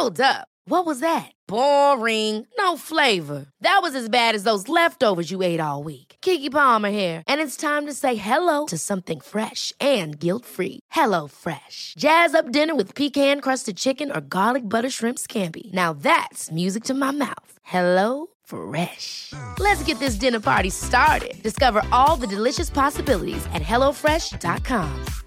Hold up. What was that? Boring. No flavor. That was as bad as those leftovers you ate all week. Keke Palmer here. And it's time to say hello to something fresh and guilt-free. Hello Fresh. Jazz up dinner with pecan-crusted chicken or garlic butter shrimp scampi. Now that's music to my mouth. Hello Fresh. Let's get this dinner party started. Discover all the delicious possibilities at hellofresh.com.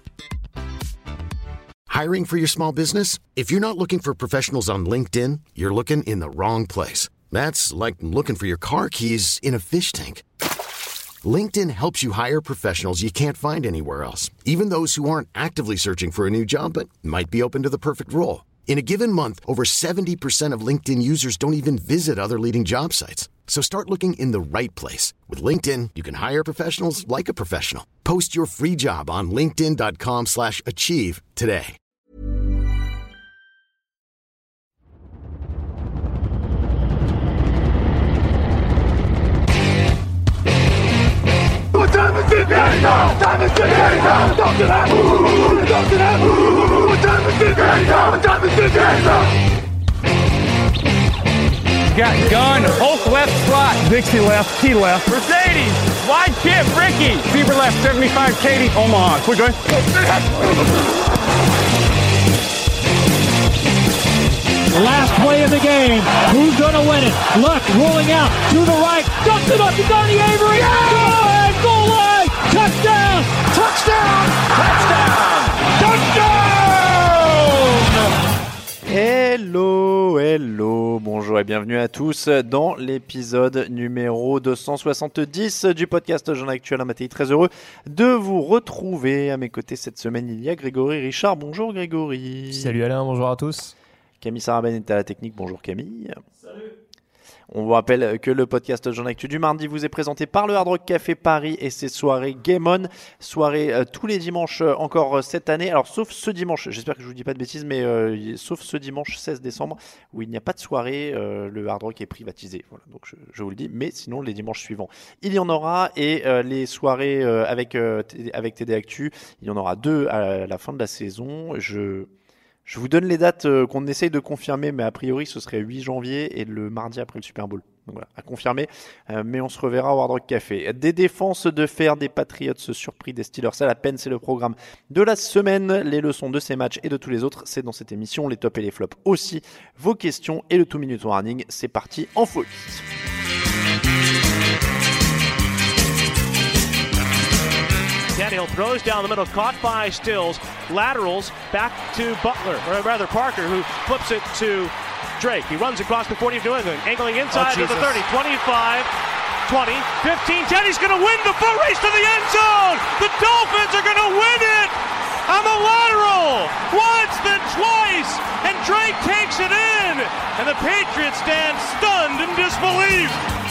Hiring for your small business? If you're not looking for professionals on LinkedIn, you're looking in the wrong place. That's like looking for your car keys in a fish tank. LinkedIn helps you hire professionals you can't find anywhere else, even those who aren't actively searching for a new job but might be open to the perfect role. In a given month, over 70% of LinkedIn users don't even visit other leading job sites. So start looking in the right place. With LinkedIn, you can hire professionals like a professional. Post your free job on linkedin.com/achieve today. Got gun, Hulk left slot, Dixie left, T left, Mercedes, wide chip, Ricky, Fever left, 75, Katie, Omaha, quick going. Last play of the game. Who's going to win it? Luck rolling out to the right. Dumps it up to Donnie Avery. Yeah! Good! Goal line! Touchdown! Touchdown! Touchdown! Touchdown! Hello, bonjour et bienvenue à tous dans l'épisode numéro 270 du podcast Jean Actuel. Mattei, très heureux de vous retrouver. À mes côtés cette semaine, il y a Grégory Richard. Bonjour Grégory. Salut Alain, bonjour à tous. Camille Sarabène est à la technique. Bonjour Camille. Salut. On vous rappelle que le podcast Jean Actu du mardi vous est présenté par le Hard Rock Café Paris et ses soirées Game On. Soirées tous les dimanches encore cette année. Alors sauf ce dimanche, j'espère que je vous dis pas de bêtises, mais sauf ce dimanche 16 décembre où il n'y a pas de soirée, le Hard Rock est privatisé. Voilà, donc je vous le dis, mais sinon les dimanches suivants, il y en aura et les soirées avec TD Actu, il y en aura 2 à la fin de la saison. Je vous donne les dates qu'on essaye de confirmer, mais a priori ce serait 8 janvier et le mardi après le Super Bowl. Donc voilà, à confirmer, mais on se reverra au Hard Rock Café. Des défenses de fer des Patriots surpris des Steelers à la peine, c'est le programme de la semaine. Les leçons de ces matchs et de tous les autres, c'est dans cette émission. Les tops et les flops aussi. Vos questions et le 2-minute warning, c'est parti en folie. Tannehill throws down the middle, caught by Stills, laterals back to Butler, or rather Parker, who flips it to Drake. He runs across the 40 of New England, angling inside to the 30, 25, 20, 15, 10. He's going to win the foot race to the end zone. The Dolphins are going to win it on the lateral, once, then twice, and Drake takes it in, and the Patriots stand stunned in disbelief.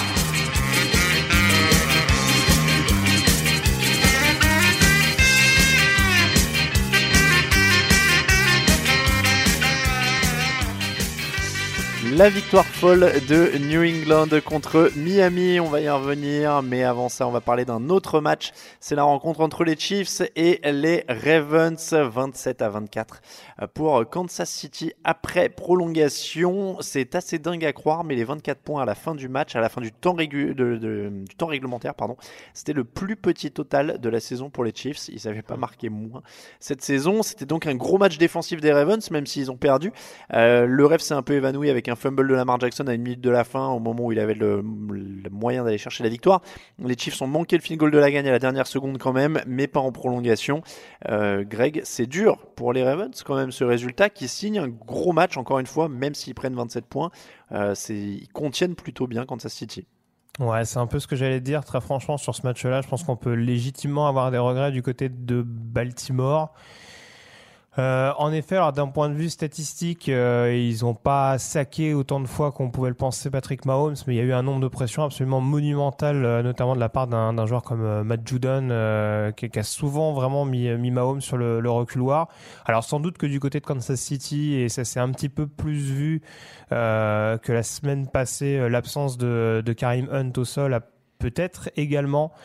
La victoire folle de New England contre Miami, on va y revenir, mais avant ça on va parler d'un autre match, c'est la rencontre entre les Chiefs et les Ravens, 27-24 pour Kansas City après prolongation. C'est assez dingue à croire, mais les 24 points à la fin du match, à la fin du temps, du temps réglementaire, c'était le plus petit total de la saison pour les Chiefs, ils n'avaient pas marqué moins cette saison. C'était donc un gros match défensif des Ravens, même s'ils ont perdu. Le rêve s'est un peu évanoui avec un fumble de Lamar Jackson à 1 minute de la fin, au moment où il avait le moyen d'aller chercher la victoire. Les Chiefs ont manqué le field goal de la gagne à la dernière seconde quand même, mais pas en prolongation. Greg, c'est dur pour les Ravens quand même ce résultat, qui signe un gros match encore une fois, même s'ils prennent 27 points. Ils contiennent plutôt bien Kansas City. Ouais, c'est un peu ce que j'allais dire, très franchement, sur ce match-là. Je pense qu'on peut légitimement avoir des regrets du côté de Baltimore. En effet, alors d'un point de vue statistique, ils n'ont pas saqué autant de fois qu'on pouvait le penser Patrick Mahomes, mais il y a eu un nombre de pressions absolument monumental, notamment de la part d'un joueur comme Matt Judon, qui a souvent vraiment mis Mahomes sur le reculoir. Alors sans doute que du côté de Kansas City, et ça s'est un petit peu plus vu que la semaine passée, l'absence de Kareem Hunt au sol a peut-être également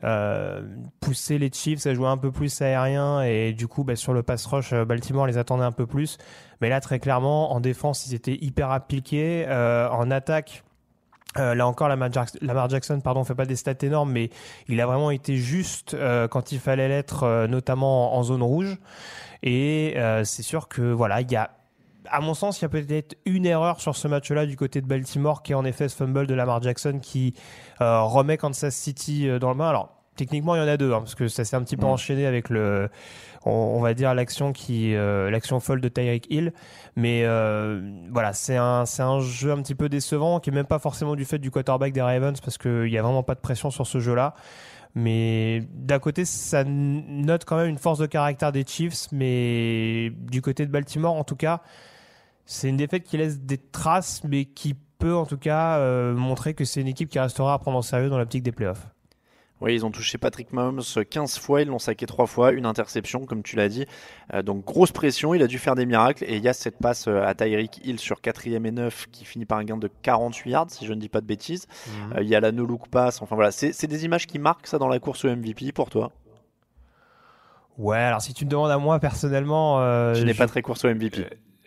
pousser les Chiefs à jouer un peu plus aérien et du coup sur le pass rush Baltimore les attendait un peu plus, mais là très clairement en défense ils étaient hyper appliqués, en attaque là encore Lamar Jackson fait pas des stats énormes, mais il a vraiment été juste quand il fallait l'être, notamment en zone rouge, et c'est sûr que voilà, il y a, à mon sens, il y a peut-être une erreur sur ce match-là du côté de Baltimore, qui est en effet ce fumble de Lamar Jackson qui remet Kansas City dans le bain. Alors, techniquement, il y en a deux, parce que ça s'est un petit peu enchaîné avec on va dire l'action folle de Tyreek Hill. Mais voilà, c'est un jeu un petit peu décevant, qui est même pas forcément du fait du quarterback des Ravens, parce qu'il y a vraiment pas de pression sur ce jeu-là. Mais d'un côté, ça note quand même une force de caractère des Chiefs, mais du côté de Baltimore, en tout cas, c'est une défaite qui laisse des traces, mais qui peut en tout cas montrer que c'est une équipe qui restera à prendre au sérieux dans l'optique des playoffs. Oui, ils ont touché Patrick Mahomes 15 fois, ils l'ont saqué 3 fois, une interception, comme tu l'as dit. Donc grosse pression, il a dû faire des miracles. Et il y a cette passe à Tyreek Hill sur 4e et 9 qui finit par un gain de 48 yards, si je ne dis pas de bêtises. Il y a la no-look pass, enfin voilà, c'est des images qui marquent ça dans la course au MVP pour toi. Ouais, alors si tu me demandes à moi personnellement... je n'ai pas très course au MVP.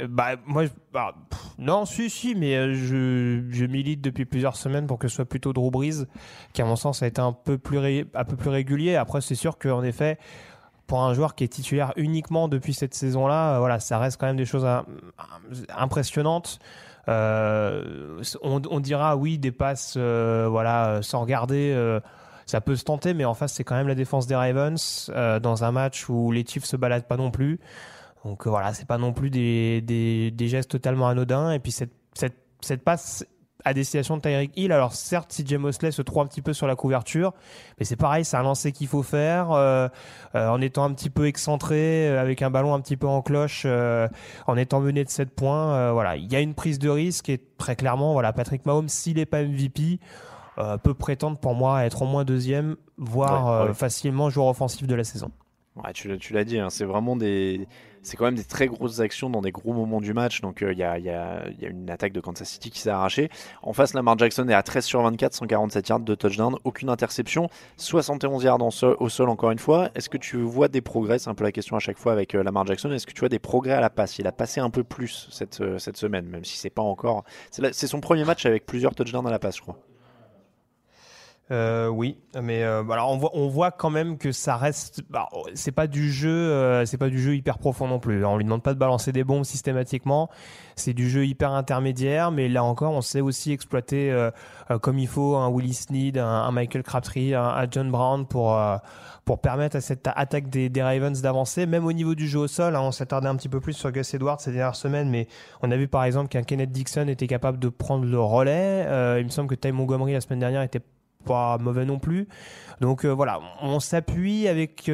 Non, si, mais je milite depuis plusieurs semaines pour que ce soit plutôt Drew Brees, qui à mon sens a été un peu plus régulier. Après, c'est sûr qu'en effet, pour un joueur qui est titulaire uniquement depuis cette saison-là, voilà, ça reste quand même des choses impressionnantes. On dira oui, des passes, sans regarder. Ça peut se tenter, mais en face, c'est quand même la défense des Ravens dans un match où les Chiefs se baladent pas non plus. Donc voilà, c'est pas non plus des gestes totalement anodins. Et puis cette passe à destination de Tyreek Hill, alors certes, CJ Mosley se trouve un petit peu sur la couverture, mais c'est pareil, c'est un lancer qu'il faut faire en étant un petit peu excentré, avec un ballon un petit peu en cloche, en étant mené de 7 points. Voilà, il y a une prise de risque, et très clairement, voilà, Patrick Mahomes, s'il n'est pas MVP, peut prétendre pour moi à être au moins deuxième, voire facilement joueur offensif de la saison. Ouais, tu l'as dit, hein, c'est vraiment c'est quand même des très grosses actions dans des gros moments du match. Donc il y a une attaque de Kansas City qui s'est arrachée. En face, Lamar Jackson est à 13 sur 24, 147 yards, 2 touchdowns, aucune interception, 71 yards au sol encore une fois. Est-ce que tu vois des progrès? C'est un peu la question à chaque fois avec Lamar Jackson. Est-ce que tu vois des progrès à la passe? Il a passé un peu plus cette semaine, même si c'est pas encore. C'est son premier match avec plusieurs touchdowns à la passe, je crois. Oui, mais alors on voit quand même que ça reste. C'est pas du jeu hyper profond non plus. On lui demande pas de balancer des bombes systématiquement. C'est du jeu hyper intermédiaire, mais là encore, on sait aussi exploiter comme il faut un Willie Snead, un Michael Crabtree, un John Brown pour permettre à cette attaque des Ravens d'avancer. Même au niveau du jeu au sol, on s'attardait un petit peu plus sur Gus Edwards ces dernières semaines, mais on a vu par exemple qu'un Kenneth Dixon était capable de prendre le relais. Il me semble que Ty Montgomery la semaine dernière était pas mauvais non plus. Donc voilà, on s'appuie avec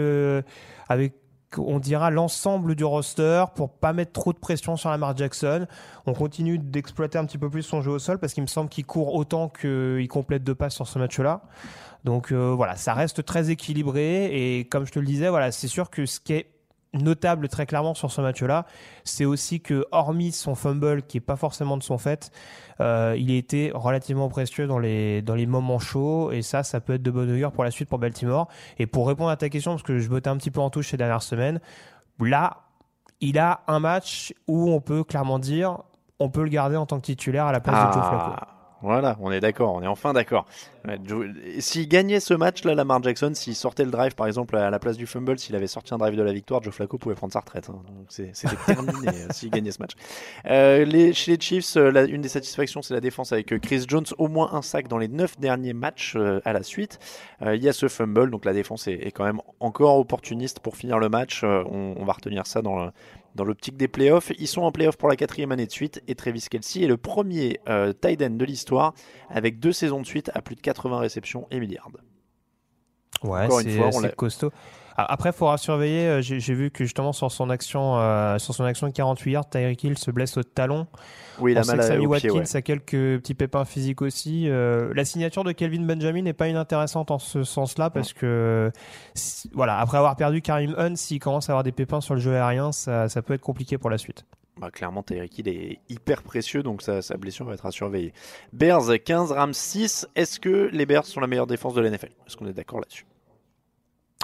on dira l'ensemble du roster pour pas mettre trop de pression sur Lamar Jackson. On continue d'exploiter un petit peu plus son jeu au sol, parce qu'il me semble qu'il court autant qu'il complète 2 passes sur ce match-là. Donc voilà, ça reste très équilibré, et comme je te le disais, voilà, c'est sûr que ce qui est notable très clairement sur ce match-là, c'est aussi que hormis son fumble qui est pas forcément de son fait, il a été relativement précieux dans les moments chauds, et ça peut être de bonne augure pour la suite pour Baltimore. Et pour répondre à ta question, parce que je bottais un petit peu en touche ces dernières semaines, là il a un match où on peut clairement dire on peut le garder en tant que titulaire à la place de Joe Flacco. Voilà, on est d'accord, on est enfin d'accord. S'il gagnait ce match-là, Lamar Jackson, s'il sortait le drive, par exemple, à la place du fumble, s'il avait sorti un drive de la victoire, Joe Flacco pouvait prendre sa retraite. Hein. Donc c'était terminé s'il gagnait ce match. Chez les Chiefs, une des satisfactions, c'est la défense avec Chris Jones, au moins un sac dans les 9 derniers matchs à la suite. Il y a ce fumble, donc la défense est quand même encore opportuniste pour finir le match. On va retenir ça dans l'optique des playoffs. Ils sont en playoffs pour la 4e année de suite, et Travis Kelce est le premier tight end de l'histoire avec 2 saisons de suite à plus de 80 réceptions et milliards. Ouais, c'est costaud. Après, il faudra surveiller. J'ai vu que justement sur son action de 48 yards, Tyreek Hill se blesse au talon. Oui, il a mal Sammy au pied. Watkins a quelques petits pépins physiques aussi. La signature de Kelvin Benjamin n'est pas inintéressante en ce sens-là, parce que voilà, après avoir perdu Kareem Hunt, s'il commence à avoir des pépins sur le jeu aérien, ça peut être compliqué pour la suite. Clairement, Tyreek Hill est hyper précieux, donc sa blessure va être à surveiller. Bears 15, Rams 6. Est-ce que les Bears sont la meilleure défense de la NFL? Est-ce qu'on est d'accord là-dessus?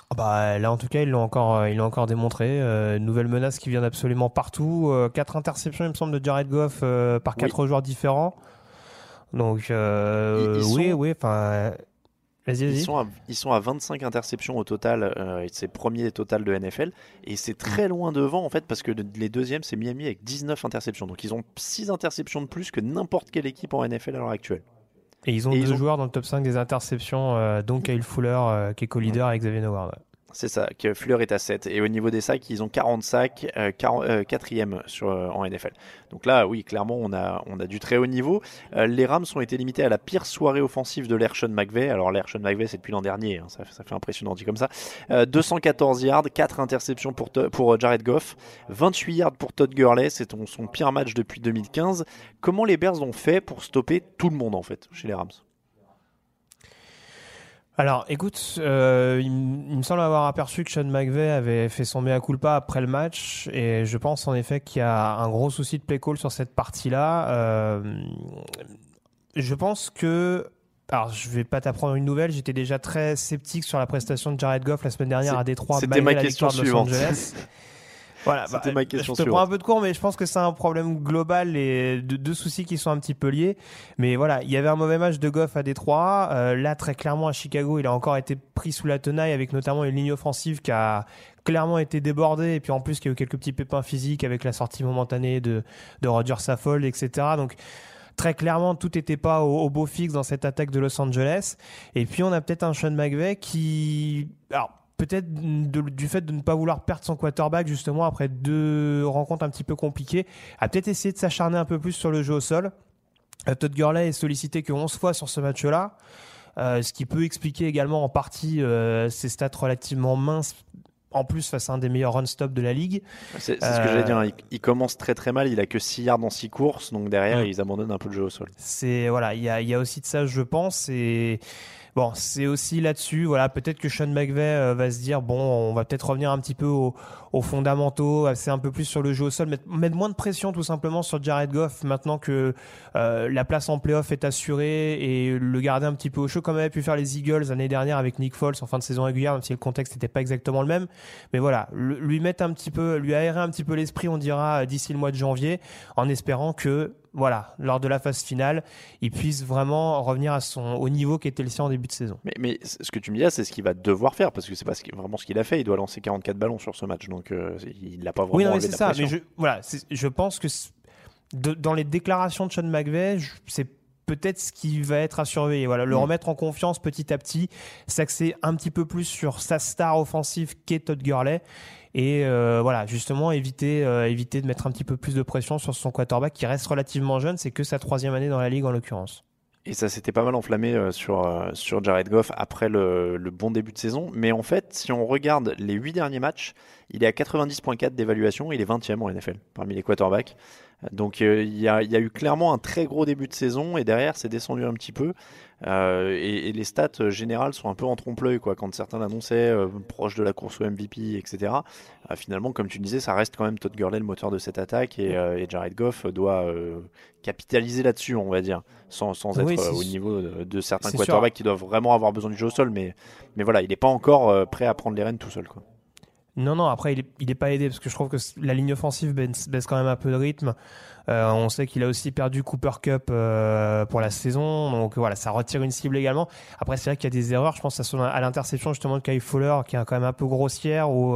Là, en tout cas, ils l'ont encore démontré. Nouvelle menace qui vient d'absolument partout. 4 interceptions, il me semble, de Jared Goff par 4 joueurs différents. Donc, oui. Enfin, vas-y. Ils sont à 25 interceptions au total. C'est premier total de NFL. Et c'est très loin devant, en fait, parce que les deuxièmes, c'est Miami avec 19 interceptions. Donc, ils ont 6 interceptions de plus que n'importe quelle équipe en NFL à l'heure actuelle. Et ils ont deux joueurs dans le top 5 des interceptions, dont Kyle Fuller, qui est co-leader avec Xavier Howard. Ouais. C'est ça, que Fuller est à 7. Et au niveau des sacs, ils ont 40 sacs, 4e en NFL. Donc là, oui, clairement, on a du très haut niveau. Les Rams ont été limités à la pire soirée offensive de l'ère Sean McVay. Alors l'ère Sean McVay, c'est depuis l'an dernier, hein, ça fait impressionnant dit comme ça. 214 yards, 4 interceptions pour Jared Goff, 28 yards pour Todd Gurley, c'est son pire match depuis 2015. Comment les Bears ont fait pour stopper tout le monde, en fait, chez les Rams ? Alors, écoute, il me semble avoir aperçu que Sean McVay avait fait son mea culpa après le match, et je pense en effet qu'il y a un gros souci de play call sur cette partie-là. Je pense que... Alors, je vais pas t'apprendre une nouvelle, j'étais déjà très sceptique sur la prestation de Jared Goff la semaine dernière à Détroit, malgré la victoire de Los Angeles. Voilà, c'était ma question je te prends un peu de cours, mais je pense que c'est un problème global et deux soucis qui sont un petit peu liés. Mais voilà, il y avait un mauvais match de Goff à Détroit. Là, très clairement, à Chicago, il a encore été pris sous la tenaille avec notamment une ligne offensive qui a clairement été débordée. Et puis en plus, il y a eu quelques petits pépins physiques avec la sortie momentanée de Roger Saffold, etc. Donc, très clairement, tout n'était pas au beau fixe dans cette attaque de Los Angeles. Et puis, on a peut-être un Sean McVay qui... Alors, peut-être du fait de ne pas vouloir perdre son quarterback justement après 2 rencontres un petit peu compliquées, a peut-être essayé de s'acharner un peu plus sur le jeu au sol. Todd Gurley est sollicité que 11 fois sur ce match-là, ce qui peut expliquer également en partie ses stats relativement minces, en plus face à un des meilleurs run-stop de la ligue. C'est ce que j'allais dire, il commence très très mal, il a que 6 yards dans 6 courses, donc derrière ils abandonnent un peu le jeu au sol. Voilà, il y a aussi de ça, je pense, et... Bon, c'est aussi là-dessus, voilà, peut-être que Sean McVay va se dire, bon, on va peut-être revenir un petit peu aux fondamentaux, c'est un peu plus sur le jeu au sol, mettre moins de pression tout simplement sur Jared Goff maintenant que la place en play-off est assurée, et le garder un petit peu au chaud comme avaient pu faire les Eagles l'année dernière avec Nick Foles en fin de saison régulière, même si le contexte n'était pas exactement le même. Mais voilà, lui aérer un petit peu l'esprit, on dira, d'ici le mois de janvier, en espérant que voilà, lors de la phase finale, il puisse vraiment revenir au niveau qui était le sien en début de saison. Mais ce que tu me dis là, c'est ce qu'il va devoir faire, parce que c'est pas vraiment ce qu'il a fait. Il doit lancer 44 ballons sur ce match, donc il n'a pas vraiment enlevé de la pression. Mais je pense que dans les déclarations de Sean McVay, c'est peut-être ce qui va être à surveiller. Voilà, le remettre en confiance petit à petit, s'axer un petit peu plus sur sa star offensive qu'est Todd Gurley. Et voilà, justement, éviter de mettre un petit peu plus de pression sur son quarterback qui reste relativement jeune. C'est que sa 3e année dans la ligue en l'occurrence. Et ça s'était pas mal enflammé sur Jared Goff après le bon début de saison. Mais en fait, si on regarde les 8 derniers matchs, il est à 90.4 d'évaluation. Il est 20e en NFL parmi les quarterbacks. Donc il y a eu clairement un très gros début de saison, et derrière c'est descendu un petit peu, et les stats générales sont un peu en trompe-l'œil, quoi. Quand certains l'annonçaient proche de la course au MVP, etc., finalement, comme tu disais, ça reste quand même Todd Gurley le moteur de cette attaque, et Jared Goff doit capitaliser là-dessus, on va dire, sans être au niveau de certains quarterbacks qui doivent vraiment avoir besoin du jeu au sol, mais voilà, il n'est pas encore prêt à prendre les rênes tout seul, quoi. Non, après, il est pas aidé, parce que je trouve que la ligne offensive baisse quand même un peu de rythme. On sait qu'il a aussi perdu Cooper Kupp pour la saison, donc voilà, ça retire une cible également. Après, c'est vrai qu'il y a des erreurs, je pense à l'interception justement de Kyle Fuller, qui est quand même un peu grossière, où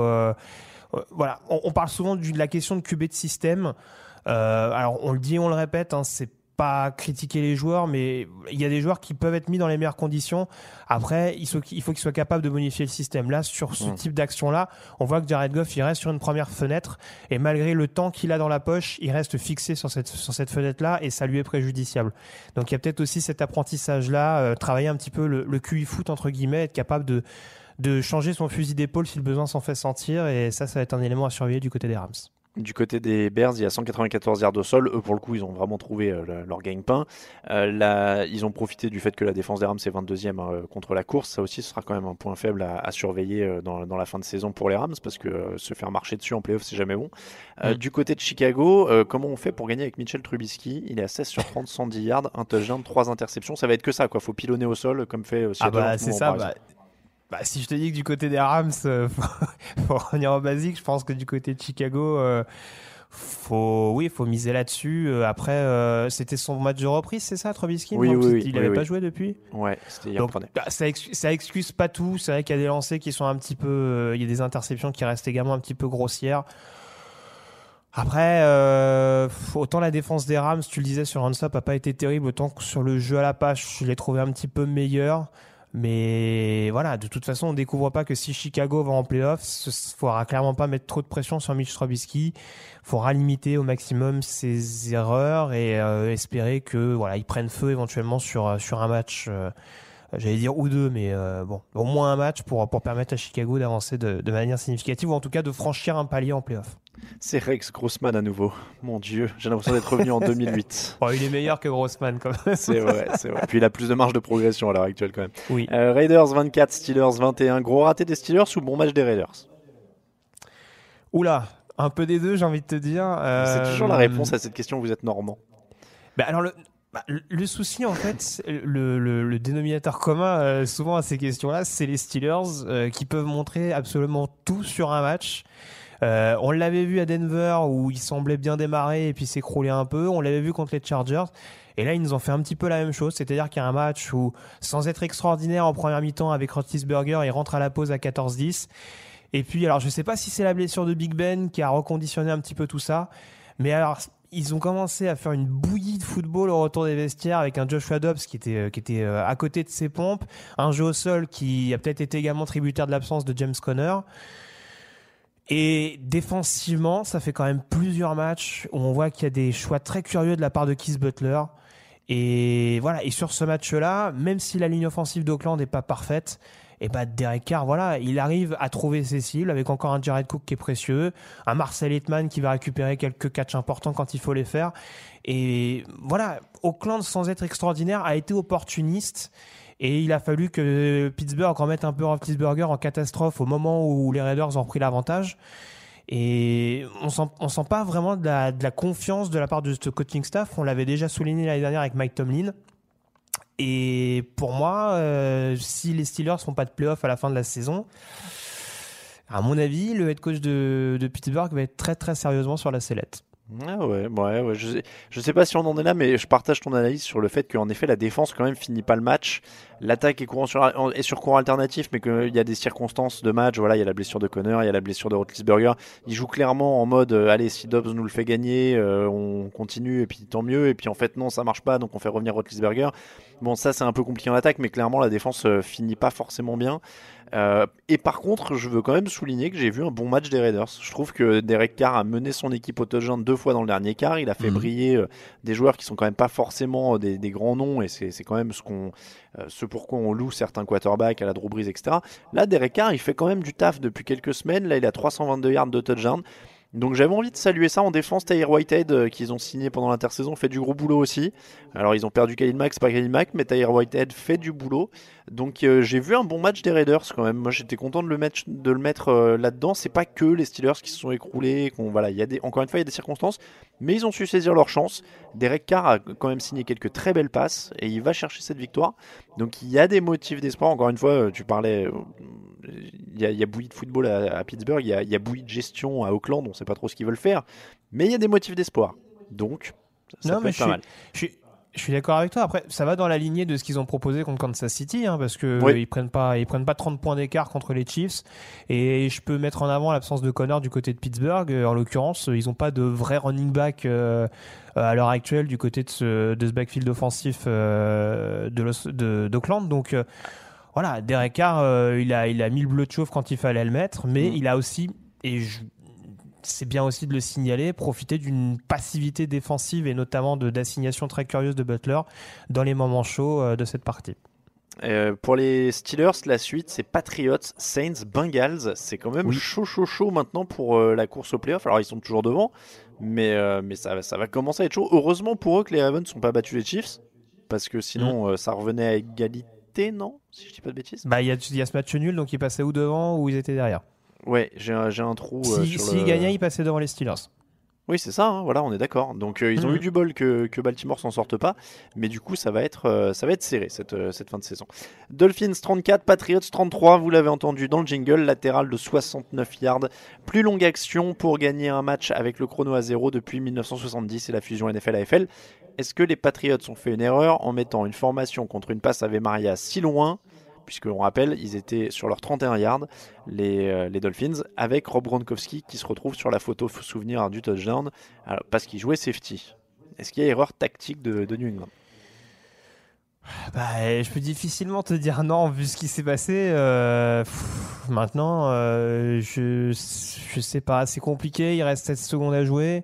voilà, on parle souvent de la question de QB de système. Alors, on le dit, on le répète, hein, c'est pas critiquer les joueurs, mais il y a des joueurs qui peuvent être mis dans les meilleures conditions. Après, il faut qu'ils soient capables de modifier le système. Là, sur ce type d'action-là, on voit que Jared Goff, il reste sur une première fenêtre, et malgré le temps qu'il a dans la poche, il reste fixé sur cette fenêtre-là, et ça lui est préjudiciable. Donc il y a peut-être aussi cet apprentissage-là, travailler un petit peu le QI foot, entre guillemets, être capable de changer son fusil d'épaule si le besoin s'en fait sentir, et ça va être un élément à surveiller du côté des Rams. Du côté des Bears, il y a 194 yards au sol. Eux, pour le coup, ils ont vraiment trouvé leur gagne-pain. Ils ont profité du fait que la défense des Rams est 22e contre la course. Ça aussi, ce sera quand même un point faible à surveiller dans la fin de saison pour les Rams, parce que se faire marcher dessus en play-off, c'est jamais bon. Du côté de Chicago, comment on fait pour gagner avec Mitchell Trubisky ? Il est à 16 sur 30, 110 yards, un touchdown, 3 interceptions. Ça va être que ça, quoi. Faut pilonner au sol, comme fait Seattle. C'est ça. Si je te dis que du côté des Rams, faut revenir au basique, je pense que du côté de Chicago, faut miser là-dessus. Après, c'était son match de reprise, c'est ça, Trubisky? Oui, il n'avait pas joué depuis. Ouais, c'était hier. Donc, ça excuse pas tout. C'est vrai qu'il y a des lancers qui sont un petit peu, il y a des interceptions qui restent également un petit peu grossières. Après, autant la défense des Rams, tu le disais, sur run-stop n'a pas été terrible, autant que sur le jeu à la passe, je l'ai trouvé un petit peu meilleur. Mais voilà, de toute façon, on découvre pas que si Chicago va en playoff, il faudra clairement pas mettre trop de pression sur Mitch Trubisky. Il faudra limiter au maximum ses erreurs et espérer que voilà, ils prennent feu éventuellement sur un match. J'allais dire ou deux, mais au moins un match pour permettre à Chicago d'avancer de manière significative, ou en tout cas de franchir un palier en playoff. C'est Rex Grossman à nouveau. Mon Dieu, j'ai l'impression d'être revenu en 2008. Il est meilleur que Grossman quand même. C'est vrai. Puis il a plus de marge de progression à l'heure actuelle quand même. Oui. Raiders 24, Steelers 21. Gros raté des Steelers ou bon match des Raiders? Oula, un peu des deux, j'ai envie de te dire. C'est toujours la réponse à cette question, vous êtes normand. Alors le souci, en fait, le dénominateur commun souvent à ces questions-là, c'est les Steelers qui peuvent montrer absolument tout sur un match. On l'avait vu à Denver où il semblait bien démarrer et puis s'écrouler un peu. On l'avait vu contre les Chargers. Et là, ils nous ont fait un petit peu la même chose. C'est-à-dire qu'il y a un match où, sans être extraordinaire en première mi-temps avec Roethlisberger, il rentre à la pause à 14-10. Et puis, alors, je sais pas si c'est la blessure de Big Ben qui a reconditionné un petit peu tout ça. Mais alors, ils ont commencé à faire une bouillie de football au retour des vestiaires avec un Joshua Dobbs qui était à côté de ses pompes. Un jeu au sol qui a peut-être été également tributaire de l'absence de James Conner. Et défensivement, ça fait quand même plusieurs matchs où on voit qu'il y a des choix très curieux de la part de Keith Butler. Et voilà. Et sur ce match-là, même si la ligne offensive d'Oakland n'est pas parfaite, Derek Carr, voilà, il arrive à trouver ses cibles avec encore un Jared Cook qui est précieux, un Marcel Hitman qui va récupérer quelques catchs importants quand il faut les faire. Et voilà, Oakland, sans être extraordinaire, a été opportuniste. Et il a fallu que Pittsburgh remette un peu Roethlisberger en catastrophe au moment où les Raiders ont pris l'avantage. Et on sent pas vraiment de la confiance de la part de ce coaching staff. On l'avait déjà souligné l'année dernière avec Mike Tomlin. Et pour moi, si les Steelers font pas de play-off à la fin de la saison, à mon avis, le head coach de Pittsburgh va être très très sérieusement sur la sellette. Ouais. Je sais pas si on en est là, mais je partage ton analyse sur le fait qu'en effet la défense quand même finit pas le match. L'attaque est sur courant alternatif, mais qu'il y a des circonstances de match. Voilà, il y a la blessure de Conner, il y a la blessure de Roethlisberger. Il joue clairement en mode allez, si Dobbs nous le fait gagner, on continue et puis tant mieux. Et puis en fait non, ça marche pas, donc on fait revenir Roethlisberger. Bon, ça c'est un peu compliqué en attaque, mais clairement la défense finit pas forcément bien. Et par contre, je veux quand même souligner que j'ai vu un bon match des Raiders. Je trouve que Derek Carr a mené son équipe au touchdown 2 fois dans le dernier quart. Il a fait briller des joueurs qui sont quand même pas forcément des grands noms, et c'est quand même ce pourquoi on loue certains quarterbacks à la Drew Brees, etc. Là, Derek Carr, il fait quand même du taf depuis quelques semaines. Là, il a 322 yards de touchdown. Donc j'avais envie de saluer ça en défense. Tahir Whitehead, qu'ils ont signé pendant l'intersaison, fait du gros boulot aussi. Alors ils ont perdu Khalil Mack, c'est pas Khalil Mack, mais Tahir Whitehead fait du boulot. Donc j'ai vu un bon match des Raiders quand même. Moi j'étais content de le mettre là-dedans. C'est pas que les Steelers qui se sont écroulés. Voilà, encore une fois il y a des circonstances, mais ils ont su saisir leur chance. Derek Carr a quand même signé quelques très belles passes et il va chercher cette victoire. Donc il y a des motifs d'espoir. Encore une fois, tu parlais, il y a bouillie de football à Pittsburgh, il y a bouillie de gestion à Auckland. On sait pas trop ce qu'ils veulent faire, mais il y a des motifs d'espoir. Donc ça peut être pas mal. Je suis d'accord avec toi. Après, ça va dans la lignée de ce qu'ils ont proposé contre Kansas City, parce que ils prennent pas 30 points d'écart contre les Chiefs. Et je peux mettre en avant l'absence de Conner du côté de Pittsburgh. En l'occurrence, ils n'ont pas de vrai running back à l'heure actuelle du côté de ce backfield offensif d'Oakland. Donc voilà, Derek Carr, il a mis le bleu de chauffe quand il fallait le mettre, mais il a aussi, c'est bien aussi de le signaler, profiter d'une passivité défensive et notamment d'assignation très curieuse de Butler dans les moments chauds de cette partie. Pour les Steelers, la suite c'est Patriots, Saints, Bengals. C'est quand même chaud maintenant pour la course au playoff. Alors ils sont toujours devant, mais ça va commencer à être chaud. Heureusement pour eux que les Ravens ne sont pas battus les Chiefs, parce que sinon ça revenait à égalité, non? Si je dis pas de bêtises. Il y a ce match nul, donc ils passaient où devant ou ils étaient derrière? Ouais, j'ai un trou. S'ils gagnaient, ils passaient devant les Steelers. Oui, c'est ça, hein, voilà, on est d'accord. Donc ils ont eu du bol que Baltimore s'en sorte pas, mais du coup ça va être serré cette fin de saison. Dolphins 34, Patriots 33, vous l'avez entendu dans le jingle, latéral de 69 yards, plus longue action pour gagner un match avec le chrono à 0 depuis 1970 et la fusion NFL-AFL. Est-ce que les Patriots ont fait une erreur en mettant une formation contre une passe Ave Maria si loin, puisqu'on rappelle, ils étaient sur leurs 31 yards, les Dolphins, avec Rob Gronkowski qui se retrouve sur la photo souvenir du touchdown, alors, parce qu'il jouait safety. Est-ce qu'il y a erreur tactique de New England ? Je peux difficilement te dire non vu ce qui s'est passé. Maintenant, je sais pas, c'est compliqué, il reste 7 secondes à jouer.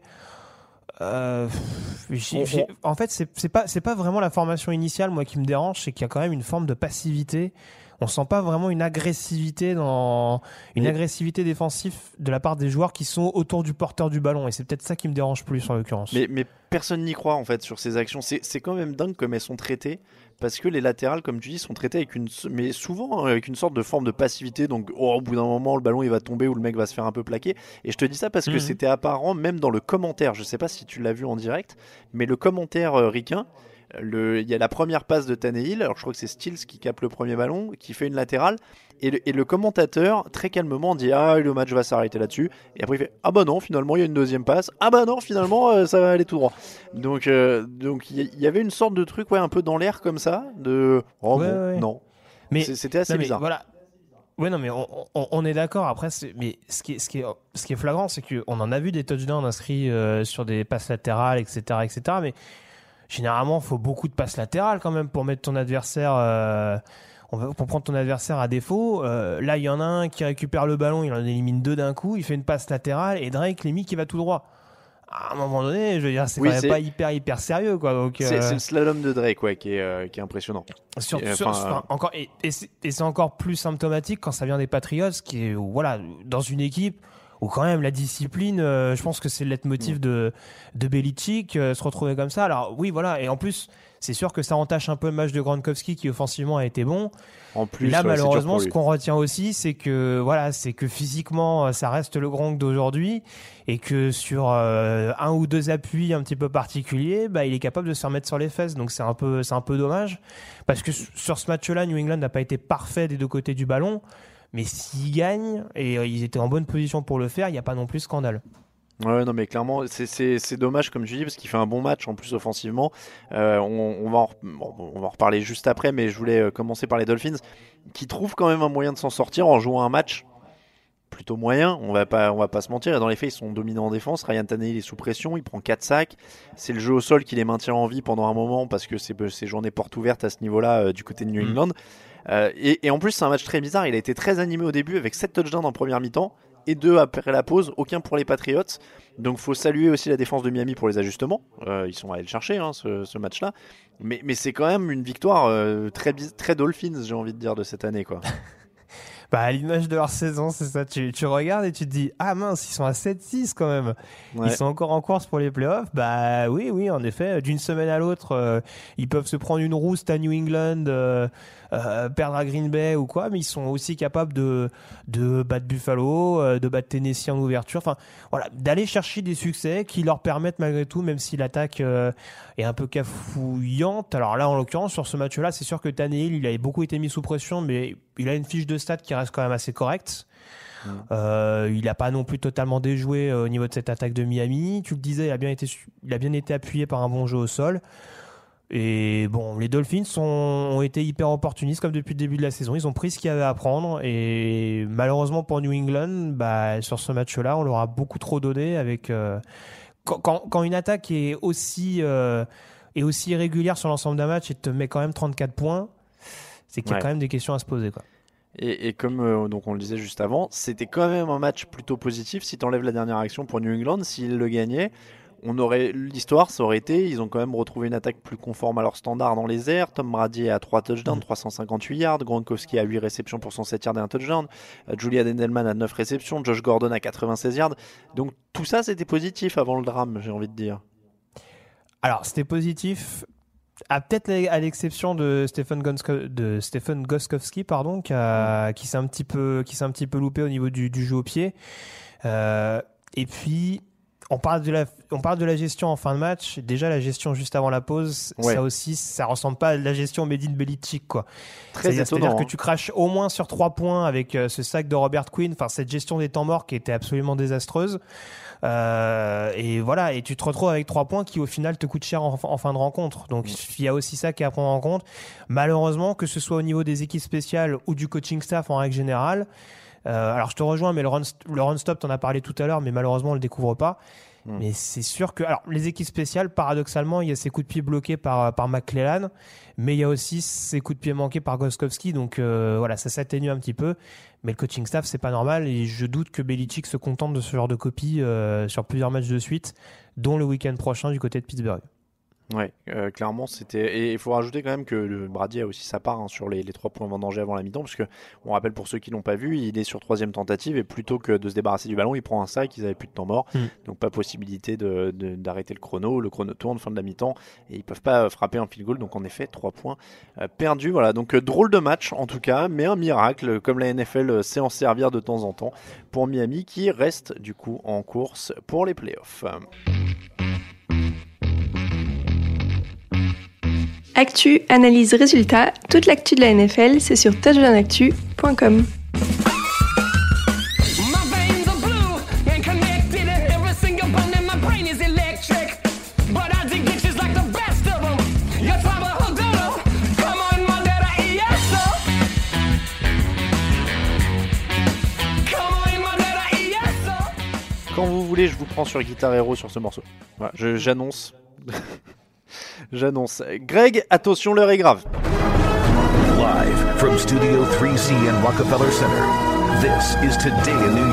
En fait, c'est pas vraiment la formation initiale moi qui me dérange, c'est qu'il y a quand même une forme de passivité. On sent pas vraiment une agressivité agressivité défensive de la part des joueurs qui sont autour du porteur du ballon, et c'est peut-être ça qui me dérange plus en l'occurrence. Mais personne n'y croit en fait sur ces actions. C'est quand même dingue comme elles sont traitées, parce que les latérales, comme tu dis, sont traitées mais souvent avec une sorte de forme de passivité. Donc au bout d'un moment, le ballon il va tomber ou le mec va se faire un peu plaquer. Et je te dis ça parce que c'était apparent même dans le commentaire. Je sais pas si tu l'as vu en direct, mais le commentaire ricain. Il y a la première passe de Tannehill, alors je crois que c'est Stills qui capte le premier ballon, qui fait une latérale, et le commentateur très calmement dit le match va s'arrêter là-dessus, et après il fait bah non, finalement il y a une deuxième passe, non, finalement ça va aller tout droit. Donc il y avait une sorte de truc un peu dans l'air comme ça, de non, mais c'était assez bizarre. Voilà. Ouais, non, mais on est d'accord. Après, mais ce qui est flagrant, c'est qu'on en a vu des touchdowns inscrits sur des passes latérales, etc., mais généralement, il faut beaucoup de passes latérales quand même pour mettre ton adversaire, pour prendre ton adversaire à défaut. Là, il y en a un qui récupère le ballon, il en élimine 2 d'un coup, il fait une passe latérale et Drake les qui va tout droit. À un moment donné, je veux dire, c'est quand même pas hyper sérieux, quoi. Donc, c'est le slalom de Drake, qui est impressionnant. Et c'est encore plus symptomatique quand ça vient des Patriots, qui est dans une équipe où quand même la discipline, je pense que c'est le leitmotiv de Belichick, se retrouver comme ça. Alors oui, voilà, et en plus, c'est sûr que ça entache un peu le match de Gronkowski qui offensivement a été bon. En plus, là, malheureusement, ce qu'on retient aussi, c'est que physiquement, ça reste le Gronk d'aujourd'hui, et que sur un ou deux appuis un petit peu particuliers, il est capable de se remettre sur les fesses. Donc c'est un peu dommage, parce que sur ce match-là, New England n'a pas été parfait des deux côtés du ballon. Mais s'ils gagnent, et ils étaient en bonne position pour le faire, il n'y a pas non plus scandale. Ouais, non, mais clairement, c'est dommage, comme tu dis, parce qu'il fait un bon match en plus offensivement. On va en reparler juste après, mais je voulais commencer par les Dolphins, qui trouvent quand même un moyen de s'en sortir en jouant un match plutôt moyen. On va pas se mentir. Et dans les faits, ils sont dominants en défense. Ryan Tannehill est sous pression, il prend 4 sacs. C'est le jeu au sol qui les maintient en vie pendant un moment, parce que c'est journée porte ouverte à ce niveau-là du côté de New England. Et en plus, c'est un match très bizarre. Il a été très animé au début avec 7 touchdowns en première mi-temps et 2 après la pause, aucun pour les Patriots. Donc faut saluer aussi la défense de Miami pour les ajustements. Ils sont allés le chercher, ce match-là. Mais c'est quand même une victoire très Dolphins, j'ai envie de dire, de cette année, quoi. À l'image de leur saison, c'est ça. Tu regardes et tu te dis mince, ils sont à 7-6 quand même. Ouais. Ils sont encore en course pour les playoffs. Oui, en effet. D'une semaine à l'autre, ils peuvent se prendre une rouste à New England, perdre à Green Bay ou quoi, mais ils sont aussi capables de battre Buffalo, de battre Tennessee en ouverture. Enfin, voilà, d'aller chercher des succès qui leur permettent malgré tout, même si l'attaque est un peu cafouillante. Alors là, en l'occurrence, sur ce match-là, c'est sûr que Tannehill, il a beaucoup été mis sous pression, mais il a une fiche de stats qui reste quand même assez correcte. Il n'a pas non plus totalement déjoué au niveau de cette attaque de Miami. Tu le disais, il a bien été appuyé par un bon jeu au sol. Et bon, les Dolphins ont été hyper opportunistes comme depuis le début de la saison. Ils ont pris ce qu'il y avait à prendre, et malheureusement pour New England, sur ce match-là, on leur a beaucoup trop donné. Avec quand une attaque est aussi irrégulière sur l'ensemble d'un match et te met quand même 34 points, c'est qu'il y a quand même des questions à se poser, quoi. Et comme donc on le disait juste avant, c'était quand même un match plutôt positif. Si tu enlèves la dernière action pour New England, s'ils le gagnaient, l'histoire ça aurait été, ils ont quand même retrouvé une attaque plus conforme à leur standard dans les airs. Tom Brady à 3 touchdowns, 358 yards, Gronkowski à 8 réceptions pour 107 yards et un touchdown, Julian Edelman à 9 réceptions, Josh Gordon à 96 yards. Donc tout ça c'était positif avant le drame, j'ai envie de dire. Alors c'était positif, peut-être à l'exception de Stephen Gostkowski, qui s'est un petit peu loupé au niveau du jeu au pied. Et puis on parle de la gestion en fin de match. Déjà, la gestion juste avant la pause, ça aussi, ça ressemble pas à la gestion made in Belichick, quoi. Très étonnant. C'est-à-dire que tu craches au moins sur 3 points avec ce sac de Robert Quinn. Enfin, cette gestion des temps morts qui était absolument désastreuse. Et voilà, et tu te retrouves avec 3 points qui au final te coûtent cher en fin de rencontre. Donc il y a aussi ça qui est à prendre en compte. Malheureusement, que ce soit au niveau des équipes spéciales ou du coaching staff en règle générale, alors je te rejoins, mais le run stop, t'en as parlé tout à l'heure, mais malheureusement on le découvre pas. Mais c'est sûr que, alors, les équipes spéciales, paradoxalement, il y a ces coups de pied bloqués par McClellan, mais il y a aussi ces coups de pied manqués par Gostkowski, donc voilà, ça s'atténue un petit peu. Mais le coaching staff, c'est pas normal, et je doute que Belichick se contente de ce genre de copie sur plusieurs matchs de suite, dont le week-end prochain du côté de Pittsburgh. Ouais, clairement c'était, et il faut rajouter quand même que le Brady a aussi sa part sur les 3 points vendangés avant la mi-temps, parce que on rappelle pour ceux qui l'ont pas vu, il est sur 3e tentative et plutôt que de se débarrasser du ballon, il prend un sac, ils avaient plus de temps mort, donc pas possibilité d'arrêter le chrono tourne fin de la mi-temps et ils peuvent pas frapper un field goal, donc en effet 3 points perdus. Voilà, donc drôle de match en tout cas, mais un miracle comme la NFL sait en servir de temps en temps pour Miami qui reste du coup en course pour les playoffs. Actu, analyse, résultat, toute l'actu de la NFL, c'est sur touchdownactu.com. Quand vous voulez, je vous prends sur Guitar Hero sur ce morceau. Voilà, j'annonce. J'annonce. Greg, attention, l'heure est grave. Live from Studio 3C and Rockefeller Center, this is Today in New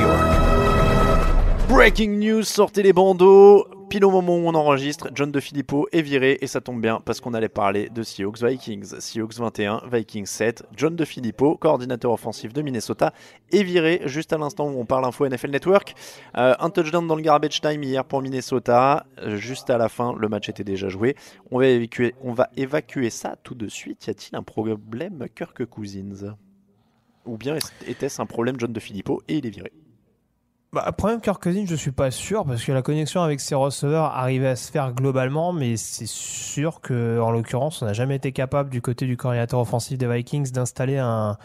York. Breaking news, sortez les bandeaux. Pile au moment où on enregistre, John DeFilippo est viré et ça tombe bien parce qu'on allait parler de Seahawks Vikings. Seahawks 21, Vikings 7. John DeFilippo, coordinateur offensif de Minnesota, est viré juste à l'instant où on parle info NFL Network. Un touchdown dans le garbage time hier pour Minnesota. Juste à la fin, le match était déjà joué. On va évacuer ça tout de suite. Y a-t-il un problème Kirk Cousins? Ou bien était-ce un problème John DeFilippo et il est viré? Problème Kirk Cousins, je suis pas sûr parce que la connexion avec ses receveurs arrivait à se faire globalement, mais c'est sûr que en l'occurrence, on n'a jamais été capable du côté du coordinateur offensif des Vikings d'installer un